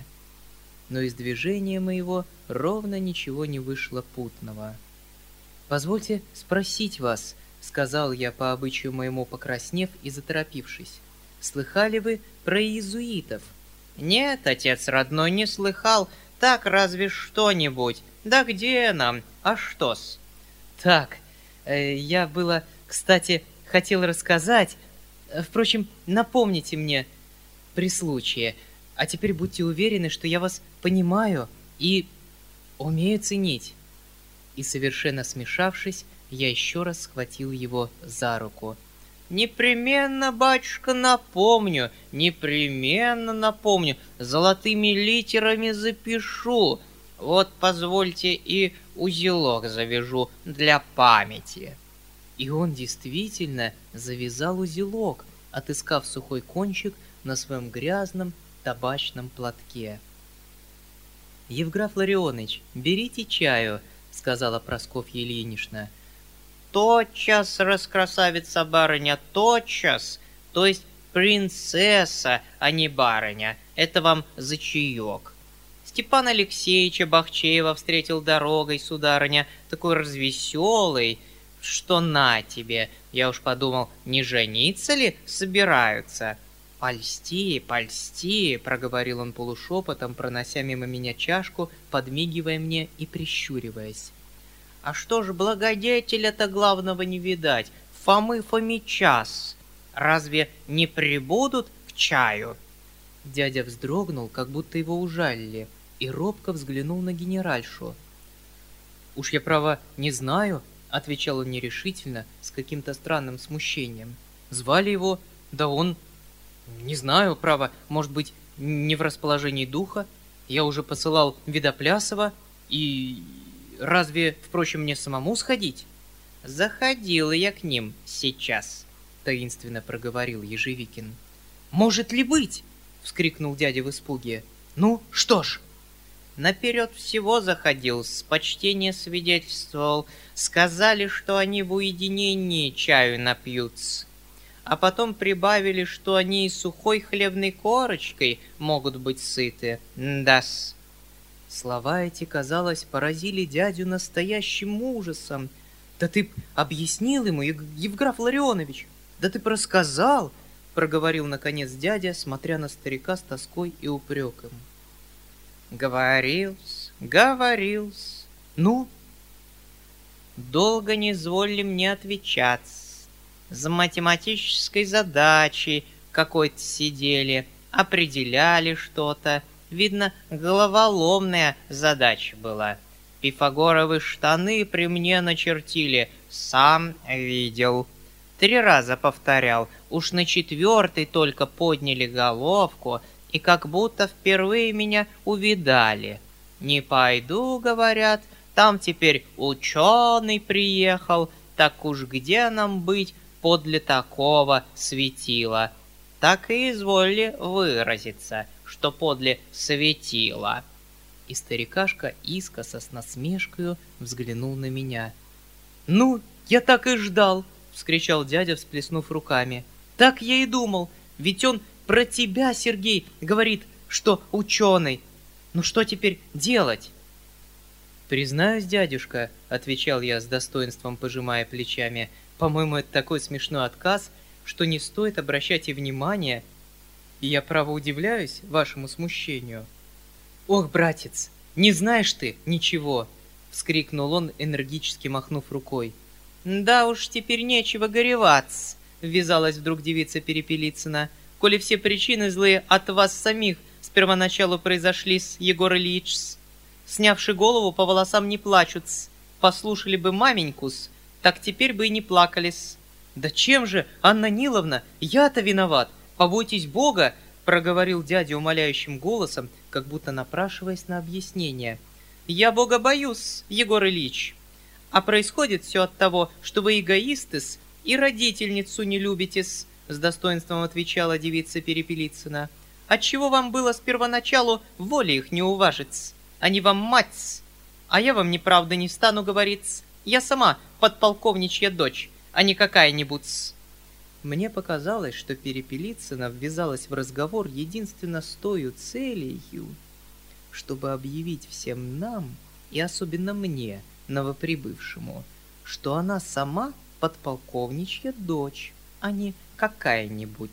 но из движения моего ровно ничего не вышло путного. «Позвольте спросить вас», — сказал я по обычаю моему, покраснев и заторопившись, — «слыхали вы про иезуитов?» «Нет, отец родной, не слыхал, так разве что-нибудь. Да где нам? А что-с?» «Так, э, я было, кстати, хотел рассказать. Впрочем, напомните мне при случае. А теперь будьте уверены, что я вас понимаю и умею ценить». И, совершенно смешавшись, я еще раз схватил его за руку. «Непременно, батюшка, напомню, непременно напомню, золотыми литерами запишу. Вот, позвольте, и узелок завяжу для памяти». И он действительно завязал узелок, отыскав сухой кончик на своем грязном табачном платке. «Евграф Ларионыч, берите чаю», — сказала Прасковья Ильинична. «Тотчас, раскрасавица барыня, тотчас, то есть принцесса, а не барыня, это вам за чаек». Степан Алексеевича Бахчеева встретил дорогой, сударыня, такой развеселый, что на тебе, я уж подумал, не жениться ли собираются? «Польсти, польсти», — проговорил он полушепотом, пронося мимо меня чашку, подмигивая мне и прищуриваясь. «А что ж благодетеля-то главного не видать? Фомы Фомичас. Разве не прибудут к чаю?» Дядя вздрогнул, как будто его ужалили, и робко взглянул на генеральшу. «Уж я, право, не знаю», — отвечал он нерешительно, с каким-то странным смущением. «Звали его, да он... Не знаю, право, может быть, не в расположении духа. Я уже посылал Видоплясова, и разве, впрочем, мне самому сходить?» Заходил я к ним сейчас, таинственно проговорил Ежевикин. Может ли быть? Вскрикнул дядя в испуге. Ну, что ж? Наперед всего заходил, с почтения свидетельствовал. Сказали, что они в уединении чаю напьются. А потом прибавили, что они и сухой хлебной корочкой могут быть сыты. Да-с. Слова эти, казалось, поразили дядю настоящим ужасом. Да ты объяснил ему, Евграф Ларионович, да ты рассказал, проговорил наконец дядя, смотря на старика с тоской и упреком. Говорил-с, говорил-с. Ну? Долго не изволили мне отвечать. За математической задачей какой-то сидели, определяли что-то. Видно, головоломная задача была. Пифагоровы штаны при мне начертили, сам видел. Три раза повторял, уж на четвертый только подняли головку и как будто впервые меня увидали. «Не пойду, — говорят, — там теперь ученый приехал, так уж где нам быть подле такого светила?» Так и изволили выразиться, что подле светила. И старикашка искоса с насмешкою взглянул на меня. «Ну, я так и ждал!» — вскричал дядя, всплеснув руками. «Так я и думал, ведь он про тебя, Сергей, говорит, что ученый. Ну что теперь делать?» «Признаюсь, дядюшка, — отвечал я с достоинством, пожимая плечами, — по-моему, это такой смешной отказ, что не стоит обращать и внимания, и я, право, удивляюсь вашему смущению». «Ох, братец, не знаешь ты ничего!» — вскрикнул он, энергически махнув рукой. «Да уж теперь нечего гореваться», — ввязалась вдруг девица Перепелицына, «коли все причины злые от вас самих с первоначалу произошли, с Егор Ильич. Снявши голову, по волосам не плачут-с. Послушали бы маменьку-с, так теперь бы и не плакались». «Да чем же, Анна Ниловна, я-то виноват? Побойтесь Бога!» — проговорил дядя умоляющим голосом, как будто напрашиваясь на объяснение. «Я Бога боюсь, Егор Ильич. А происходит все от того, что вы эгоисты-с и родительницу не любите-с», — с достоинством отвечала девица Перепелицына. «Отчего вам было с первоначалу воли их не уважить? Они вам мать, а я вам неправда не стану говорить. Я сама подполковничья дочь, а не какая-нибудь». Мне показалось, что Перепелицына ввязалась в разговор единственно с той целью, чтобы объявить всем нам, и особенно мне, новоприбывшему, что она сама подполковничья дочь, а не какая-нибудь.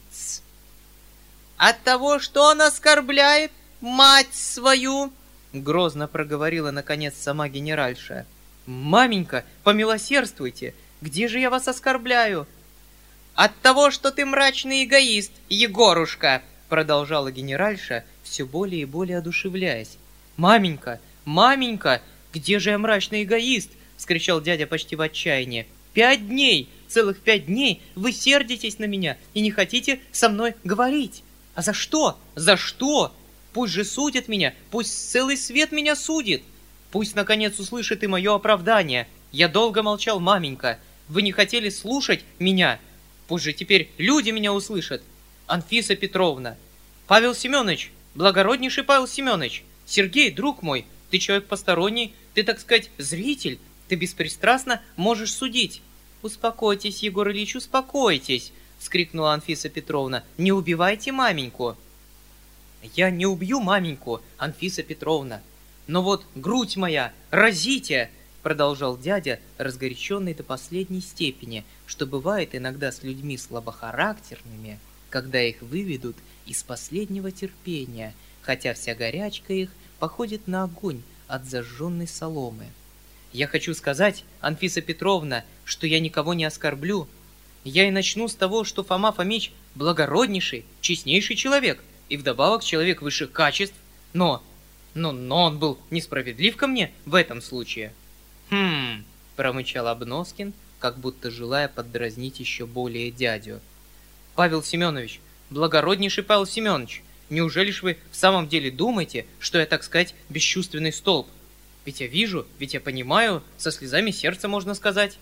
«От того, что он оскорбляет мать свою!» — грозно проговорила, наконец, сама генеральша. «Маменька, помилосердствуйте! Где же я вас оскорбляю?» «От того, что ты мрачный эгоист, Егорушка!» — продолжала генеральша, все более и более одушевляясь. «Маменька, маменька, где же я мрачный эгоист?» — вскричал дядя почти в отчаянии. «Пять дней, целых пять дней вы сердитесь на меня и не хотите со мной говорить. А за что? За что? Пусть же судят меня, пусть целый свет меня судит. Пусть, наконец, услышит и мое оправдание. Я долго молчал, маменька. Вы не хотели слушать меня. Пусть же теперь люди меня услышат. Анфиса Петровна, Павел Семенович, благороднейший Павел Семенович, Сергей, друг мой, ты человек посторонний, ты, так сказать, зритель, ты беспристрастно можешь судить». «Успокойтесь, Егор Ильич, успокойтесь!» — вскрикнула Анфиса Петровна. «Не убивайте маменьку!» «Я не убью маменьку, Анфиса Петровна! Но вот грудь моя, разите!» — продолжал дядя, разгоряченный до последней степени, что бывает иногда с людьми слабохарактерными, когда их выведут из последнего терпения, хотя вся горячка их походит на огонь от зажженной соломы. «Я хочу сказать, Анфиса Петровна, что я никого не оскорблю. Я и начну с того, что Фома Фомич благороднейший, честнейший человек, и вдобавок человек высших качеств, но, но, но он был несправедлив ко мне в этом случае». «Хм», — промычал Обноскин, как будто желая поддразнить еще более дядю. «Павел Семенович, благороднейший Павел Семенович, неужели ж вы в самом деле думаете, что я, так сказать, бесчувственный столб? Ведь я вижу, ведь я понимаю, со слезами сердца можно сказать.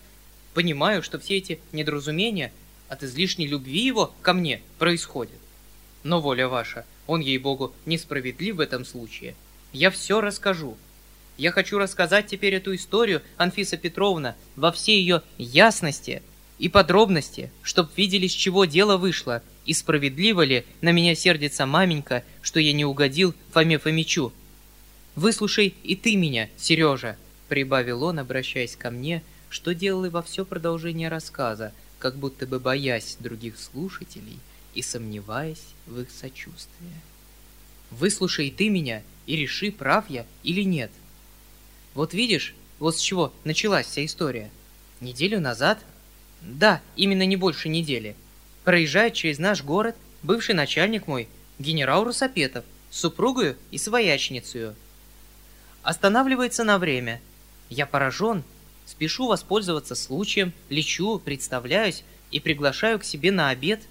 Понимаю, что все эти недоразумения от излишней любви его ко мне происходят. Но воля ваша, он, ей-богу, несправедлив в этом случае. Я все расскажу. Я хочу рассказать теперь эту историю, Анфиса Петровна, во всей ее ясности и подробности, чтоб видели, с чего дело вышло, и справедливо ли на меня сердится маменька, что я не угодил Фоме Фомичу. «Выслушай и ты меня, Сережа», — прибавил он, обращаясь ко мне, что делал и во все продолжение рассказа, как будто бы боясь других слушателей и сомневаясь в их сочувствии. «Выслушай и ты меня и реши, прав я или нет. Вот видишь, вот с чего началась вся история. Неделю назад, да, именно не больше недели, проезжает через наш город бывший начальник мой, генерал Русопетов, с супругою и своячницею. Останавливается на время. Я поражен, спешу воспользоваться случаем, лечу, представляюсь и приглашаю к себе на обед.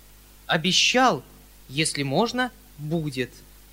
Обещал, если можно, будет.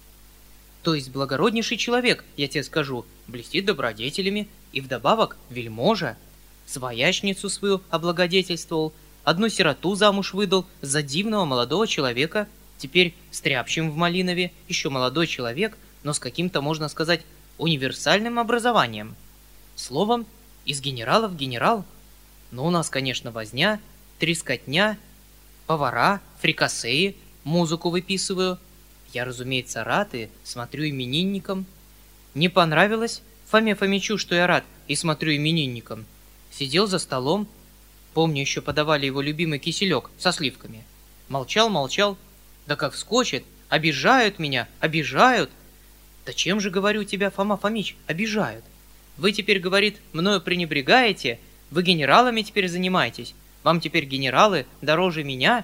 То есть благороднейший человек, я тебе скажу, блестит добродетелями и вдобавок вельможа. Своячницу свою облагодетельствовал, одну сироту замуж выдал за дивного молодого человека, теперь стряпчим в Малинове, еще молодой человек, но с каким-то, можно сказать, универсальным образованием. Словом, из генерала в генерал. Но у нас, конечно, возня, трескотня, повара, фрикасеи, музыку выписываю. Я, разумеется, рад и смотрю именинникам. Не понравилось Фоме Фомичу, что я рад и смотрю именинникам. Сидел за столом, помню, еще подавали его любимый киселек со сливками. Молчал, молчал, да как вскочит, обижают меня, обижают. Да чем же, говорю, тебя, Фома Фомич, обижают? Вы теперь, говорит, мною пренебрегаете, вы генералами теперь занимаетесь, вам теперь генералы дороже меня?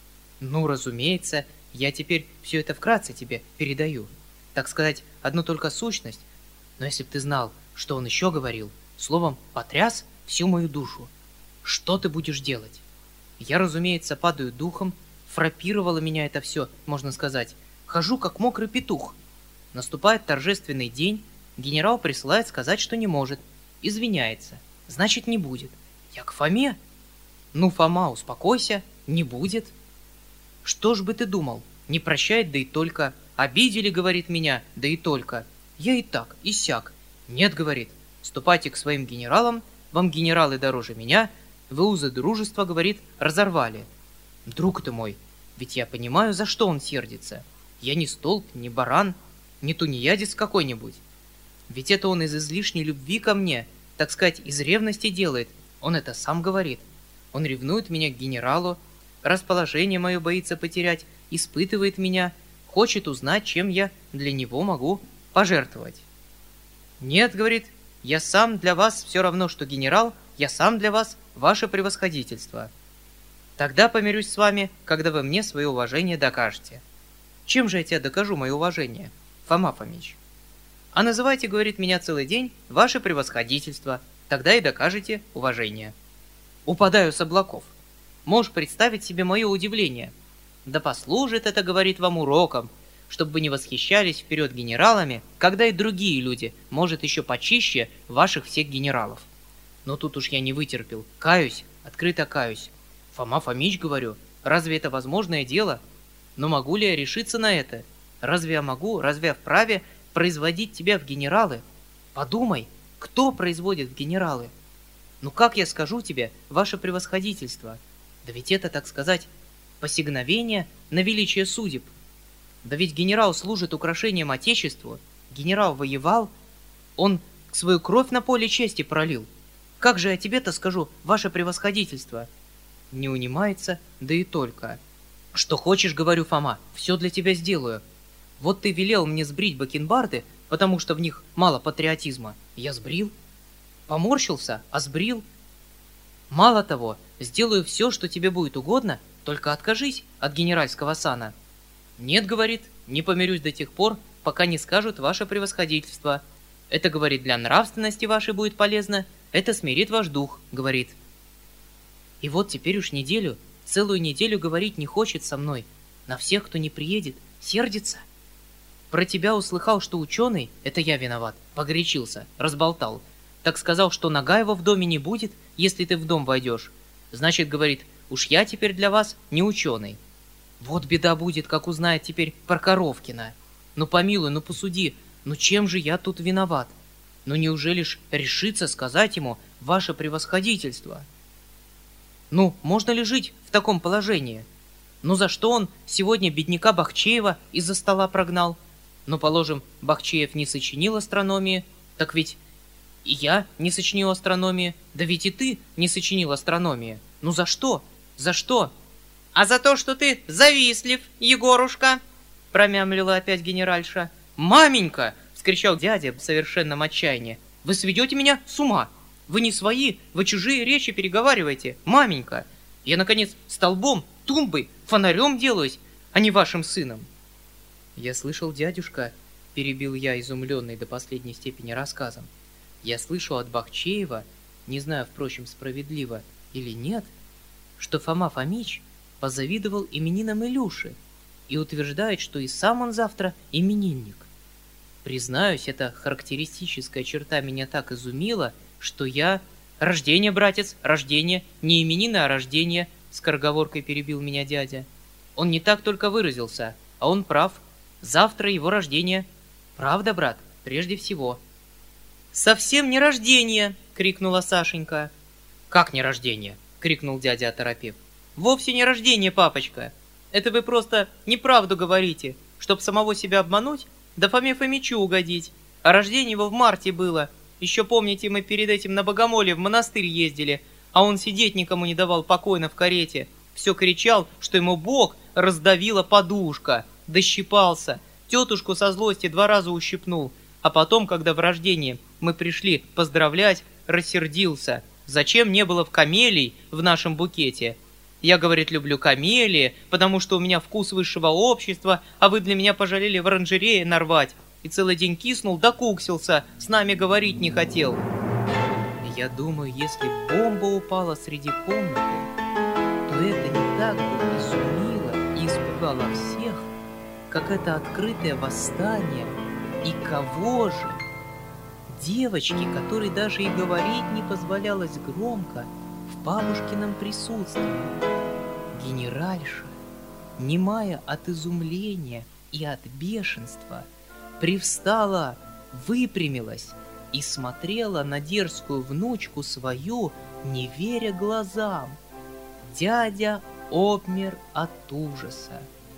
Ну, разумеется, я теперь все это вкратце тебе передаю. Так сказать, одну только сущность. Но если б ты знал, что он еще говорил, словом, потряс всю мою душу. Что ты будешь делать? Я, разумеется, падаю духом, фрапировало меня это все, можно сказать. Хожу, как мокрый петух. Наступает торжественный день, генерал присылает сказать, что не может. Извиняется. Значит, не будет. Я к Фоме. Ну, Фома, успокойся, не будет. Что ж бы ты думал? Не прощает, да и только. Обидели, говорит, меня, да и только. Я и так, и сяк. Нет, говорит, ступайте к своим генералам, вам генералы дороже меня, вы узы дружества, говорит, разорвали. Друг ты мой, ведь я понимаю, за что он сердится. Я не столб, не баран, не тунеядец какой-нибудь. Ведь это он из излишней любви ко мне, так сказать, из ревности делает. Он это сам говорит. Он ревнует меня к генералу, расположение мое боится потерять, испытывает меня, хочет узнать, чем я для него могу пожертвовать. Нет, говорит, я сам для вас все равно, что генерал, я сам для вас ваше превосходительство. Тогда помирюсь с вами, когда вы мне свое уважение докажете. Чем же я тебе докажу мое уважение, Фома Фомич? А называйте, говорит, меня целый день ваше превосходительство, тогда и докажете уважение. Упадаю с облаков. Можешь представить себе мое удивление. Да послужит это, говорит, вам уроком, чтобы вы не восхищались вперед генералами, когда и другие люди, может, еще почище ваших всех генералов. Но тут уж я не вытерпел. Каюсь, открыто каюсь. Фома Фомич, говорю, разве это возможное дело? Но могу ли я решиться на это? Разве я могу, разве я вправе производить тебя в генералы? Подумай, кто производит в генералы? Ну как я скажу тебе, ваше превосходительство? Да ведь это, так сказать, посигновение на величие судеб. Да ведь генерал служит украшением Отечеству, генерал воевал, он свою кровь на поле чести пролил. Как же я тебе-то скажу, ваше превосходительство? Не унимается, да и только. Что хочешь, говорю, Фома, все для тебя сделаю. Вот ты велел мне сбрить бакенбарды, потому что в них мало патриотизма. Я сбрил. Поморщился, а сбрил. Мало того, сделаю все, что тебе будет угодно, только откажись от генеральского сана. Нет, говорит, не помирюсь до тех пор, пока не скажут ваше превосходительство. Это, говорит, для нравственности вашей будет полезно, это смирит ваш дух, говорит. И вот теперь уж неделю, целую неделю говорить не хочет со мной. На всех, кто не приедет, сердится. Про тебя услыхал, что ученый, это я виноват, погорячился, разболтал. Так сказал, что нога его в доме не будет, если ты в дом войдешь. Значит, говорит, уж я теперь для вас не ученый. Вот беда будет, как узнает теперь про Коровкина. Ну помилуй, ну посуди, ну чем же я тут виноват? Ну неужели ж решится сказать ему ваше превосходительство? Ну, можно ли жить в таком положении? Ну за что он сегодня бедняка Бахчеева из-за стола прогнал? Ну, положим, Бахчеев не сочинил астрономии, так ведь и я не сочинил астрономии, да ведь и ты не сочинил астрономии. Ну за что? За что? А за то, что ты завистлив, Егорушка, промямлила опять генеральша. Маменька! Вскричал дядя в совершенном отчаянии. Вы сведете меня с ума! Вы не свои, вы чужие речи переговариваете. Маменька! Я, наконец, столбом, тумбой, фонарем делаюсь, а не вашим сыном. Я слышал, дядюшка, перебил я, изумленный до последней степени рассказом. Я слышал от Бахчеева, не знаю, впрочем, справедливо или нет, что Фома Фомич позавидовал именинам Илюши и утверждает, что и сам он завтра именинник. Признаюсь, эта характеристическая черта меня так изумила, что я... «Рождение, братец, рождение, не именины, а рождение», — скороговоркой перебил меня дядя. Он не так только выразился, а он прав. Завтра его рождение. Правда, брат, прежде всего. «Совсем не рождение!» — крикнула Сашенька. «Как не рождение?» — крикнул дядя, оторопев. «Вовсе не рождение, папочка. Это вы просто неправду говорите, чтоб самого себя обмануть, да Фоме Фомичу угодить. А рождение его в марте было. Еще помните, мы перед этим на Богомоле в монастырь ездили, а он сидеть никому не давал покойно в карете. Все кричал, что ему Бог раздавила подушка, дощипался. Тетушку со злости два раза ущипнул. А потом, когда в рождении мы пришли поздравлять, рассердился. Зачем не было в камелий в нашем букете? Я, говорит, люблю камелии, потому что у меня вкус высшего общества, а вы для меня пожалели в оранжерее нарвать. И целый день киснул, да куксился, с нами говорить не хотел». Я думаю, если бомба упала среди комнаты, то это не так бы изумило и испугало всех, как это открытое восстание. И кого же? Девочки, которой даже и говорить не позволялось громко в бабушкином присутствии. Генеральша, немая от изумления и от бешенства, привстала, выпрямилась и смотрела на дерзкую внучку свою, не веря глазам. Дядя обмер от ужаса.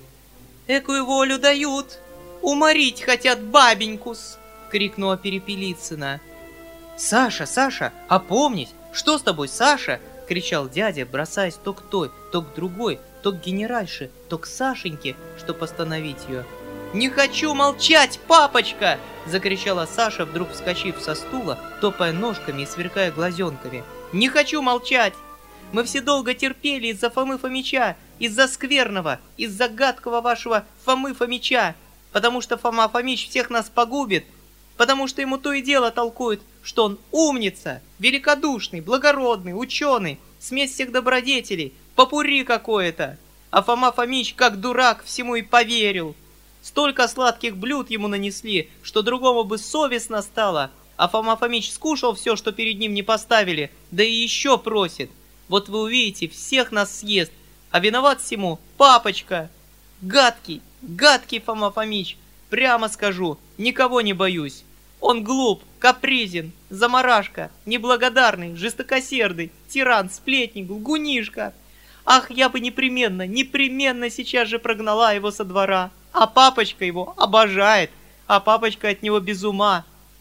«Экую волю дают! Уморить хотят бабеньку-с!» — крикнула Перепелицына. «Саша, Саша, опомнись! Что с тобой, Саша?» — кричал дядя, бросаясь то к той, то к другой, то к генеральше, то к Сашеньке, чтобы остановить ее. «Не хочу молчать, папочка!» — закричала Саша, вдруг вскочив со стула, топая ножками и сверкая глазенками. «Не хочу молчать! Мы все долго терпели из-за Фомы Фомича, из-за скверного, из-за гадкого вашего Фомы Фомича, потому что Фома Фомич всех нас погубит, потому что ему то и дело толкуют, что он умница, великодушный, благородный, ученый, смесь всех добродетелей, попурри какое-то. А Фома Фомич, как дурак, всему и поверил. Столько сладких блюд ему нанесли, что другому бы совестно стало, а Фома Фомич скушал все, что перед ним не поставили, да и еще просит. Вот вы увидите, всех нас съест, а виноват всему папочка. Гадкий, гадкий Фома Фомич, прямо скажу, никого не боюсь. Он глуп, капризен, заморашка, неблагодарный, жестокосердый, тиран, сплетник, лгунишка. Ах, я бы непременно, непременно сейчас же прогнала его со двора. А папочка его обожает, а папочка от него без ума.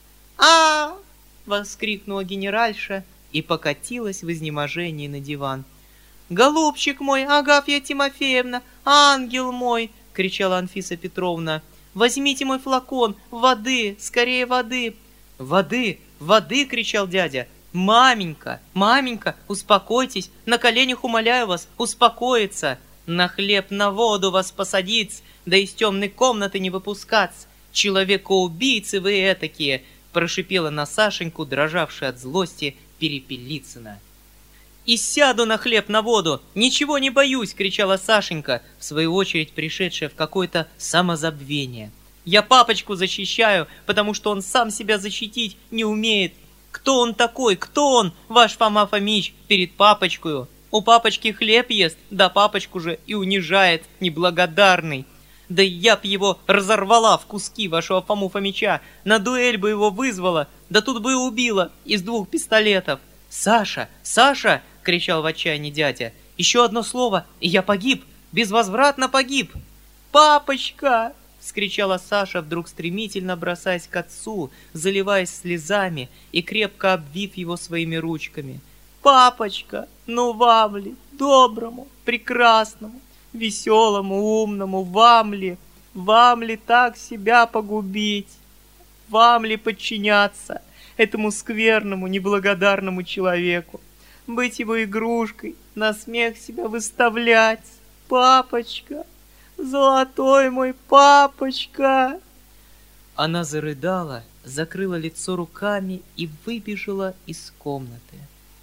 а воскликнула генеральша и покатилась в изнеможении на диван. «Голубчик мой, Агафья Тимофеевна, ангел мой!» — кричала Анфиса Петровна. «Возьмите мой флакон, воды, скорее воды!» «Воды, воды!» — кричал дядя. «Маменька, маменька, успокойтесь, на коленях умоляю вас, успокоиться! На хлеб, на воду вас посадить, да из темной комнаты не выпускать! Человека-убийцы вы этакие!» — прошипела на Сашеньку, дрожавшая от злости, Перепелицына. «И сяду на хлеб, на воду! Ничего не боюсь!» — кричала Сашенька, в свою очередь пришедшая в какое-то самозабвение. «Я папочку защищаю, потому что он сам себя защитить не умеет. Кто он такой? Кто он, ваш Фома Фомич, перед папочкою? У папочки хлеб ест, да папочку же и унижает, неблагодарный. Да я б его разорвала в куски, вашего Фому Фомича, на дуэль бы его вызвала, да тут бы и убила из двух пистолетов. «Саша! Саша!» — кричал в отчаянии дядя. «Еще одно слово, и я погиб! Безвозвратно погиб!» «Папочка!» — вскричала Саша, вдруг стремительно бросаясь к отцу, заливаясь слезами и крепко обвив его своими ручками. «Папочка, ну вам ли, доброму, прекрасному, веселому, умному, вам ли, вам ли так себя погубить? Вам ли подчиняться этому скверному, неблагодарному человеку? Быть его игрушкой, на смех себя выставлять? Папочка, золотой мой папочка!» Она зарыдала, закрыла лицо руками и выбежала из комнаты.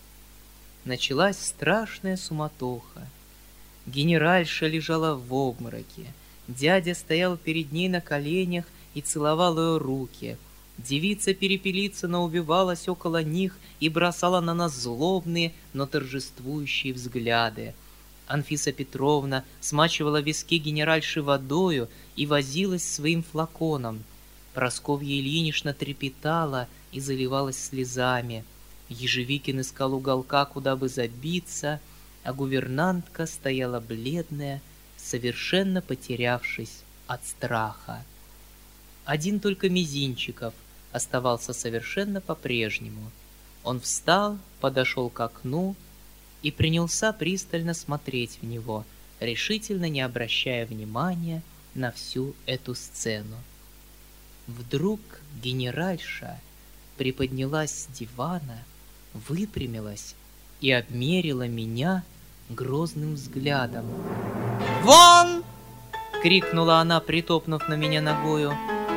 Началась страшная суматоха. Генеральша лежала в обмороке. Дядя стоял перед ней на коленях и целовал ее руки. Девица-перепелица убивалась около них и бросала на нас злобные, но торжествующие взгляды. Анфиса Петровна смачивала виски генеральши водою и возилась своим флаконом. Прасковья Ильинична трепетала и заливалась слезами. Ежевикин искал уголка, куда бы забиться, а гувернантка стояла бледная, совершенно потерявшись от страха. Один только Мизинчиков оставался совершенно по-прежнему. Он встал, подошел к окну и принялся пристально смотреть в него, решительно не обращая внимания на всю эту сцену. Вдруг генеральша приподнялась с дивана, выпрямилась и обмерила меня грозным взглядом. «Вон!» — крикнула она, притопнув на меня ногою.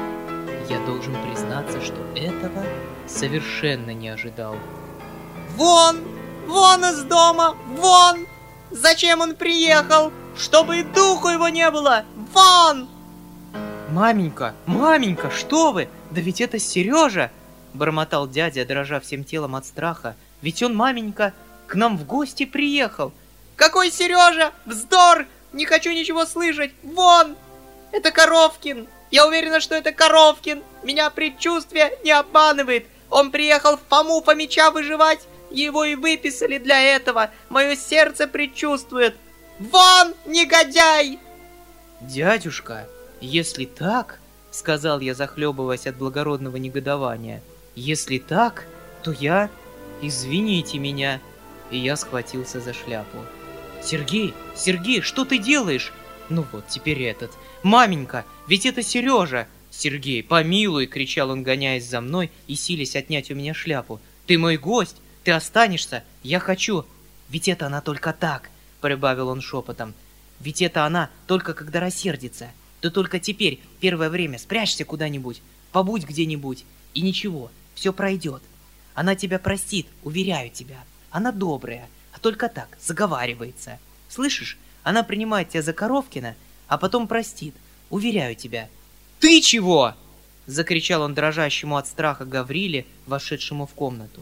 Я должен признаться, что этого совершенно не ожидал. «Вон! Вон из дома! Вон! Зачем он приехал? Чтобы и духу его не было! Вон!» «Маменька, маменька, что вы? Да ведь это Сережа!» — бормотал дядя, дрожа всем телом от страха. «Ведь он, маменька, к нам в гости приехал!» «Какой Сережа? Вздор! Не хочу ничего слышать! Вон! Это Коровкин! Я уверена, что это Коровкин! Меня предчувствие не обманывает! Он приехал Фому Фомича выживать! Его и выписали для этого! Мое сердце предчувствует! Вон, негодяй!» «Дядюшка, если так, — сказал я, захлебываясь от благородного негодования, — если так, то я... Извините меня!» И я схватился за шляпу. «Сергей, Сергей, что ты делаешь?» «Ну вот, теперь этот. Маменька, ведь это Сережа!» «Сергей, помилуй!» — кричал он, гоняясь за мной и силясь отнять у меня шляпу. «Ты мой гость! Ты останешься! Я хочу!» «Ведь это она только так!» — прибавил он шепотом. «Ведь это она только когда рассердится! Ты только теперь, первое время, спрячься куда-нибудь, побудь где-нибудь, и ничего, все пройдет. Она тебя простит, уверяю тебя. Она добрая, а только так, заговаривается. Слышишь, она принимает тебя за Коровкина, а потом простит, уверяю тебя». «Ты чего?» — закричал он дрожащему от страха Гавриле, вошедшему в комнату.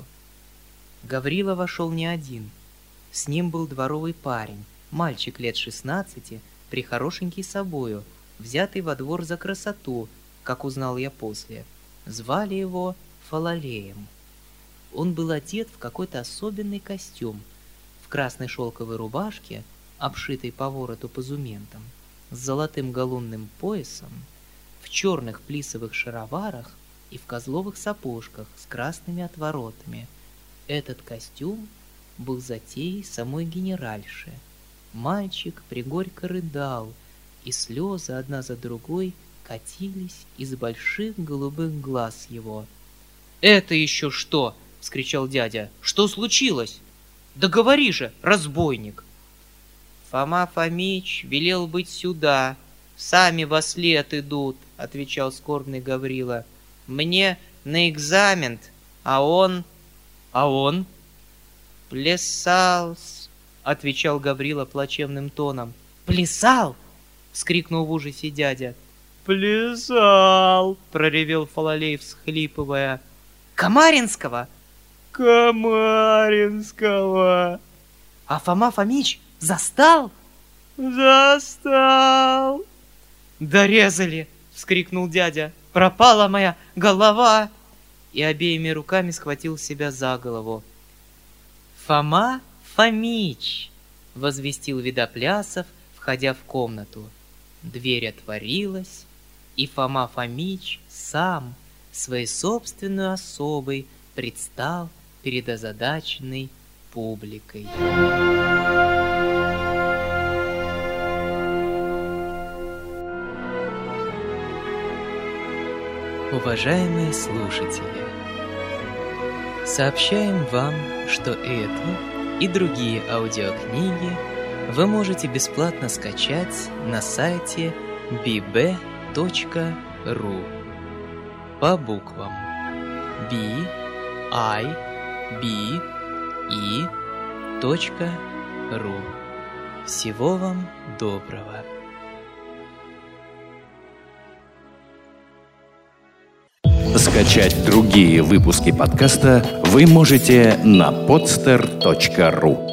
Гаврила вошел не один. С ним был дворовый парень, мальчик лет шестнадцати, прихорошенький собою, взятый во двор за красоту, как узнал я после. Звали его Фалалеем. Он был одет в какой-то особенный костюм, в красной шелковой рубашке, обшитой по вороту позументом, с золотым галунным поясом, в черных плисовых шароварах и в козловых сапожках с красными отворотами. Этот костюм был затеей самой генеральши. Мальчик пригорько рыдал, и слезы одна за другой катились из больших голубых глаз его. «Это еще что?» — вскричал дядя. «Что случилось? Да говори же, разбойник!» «Фома Фомич велел быть сюда. Сами во след идут», — отвечал скорбный Гаврила. «Мне на экзамен, а он...» «А он?» «Плясал-с», — отвечал Гаврила плачевным тоном. «Плясал?» — вскрикнул в ужасе дядя. «Плясал!» — проревел Фалалей, всхлипывая. «Камаринского? Камаринского. А Фома Фомич застал? Застал. Дорезали, вскрикнул дядя. Пропала моя голова. И обеими руками схватил себя за голову. Фома Фомич, возвестил Видоплясов, входя в комнату. Дверь отворилась, и Фома Фомич сам, своей собственной особой, предстал перед озадаченной публикой. Уважаемые слушатели, сообщаем вам, что эту и другие аудиокниги вы можете бесплатно скачать на сайте би би точка ру по буквам би ай би и точка ру. Всего вам доброго. Скачать другие выпуски подкаста вы можете на подстер точка ру.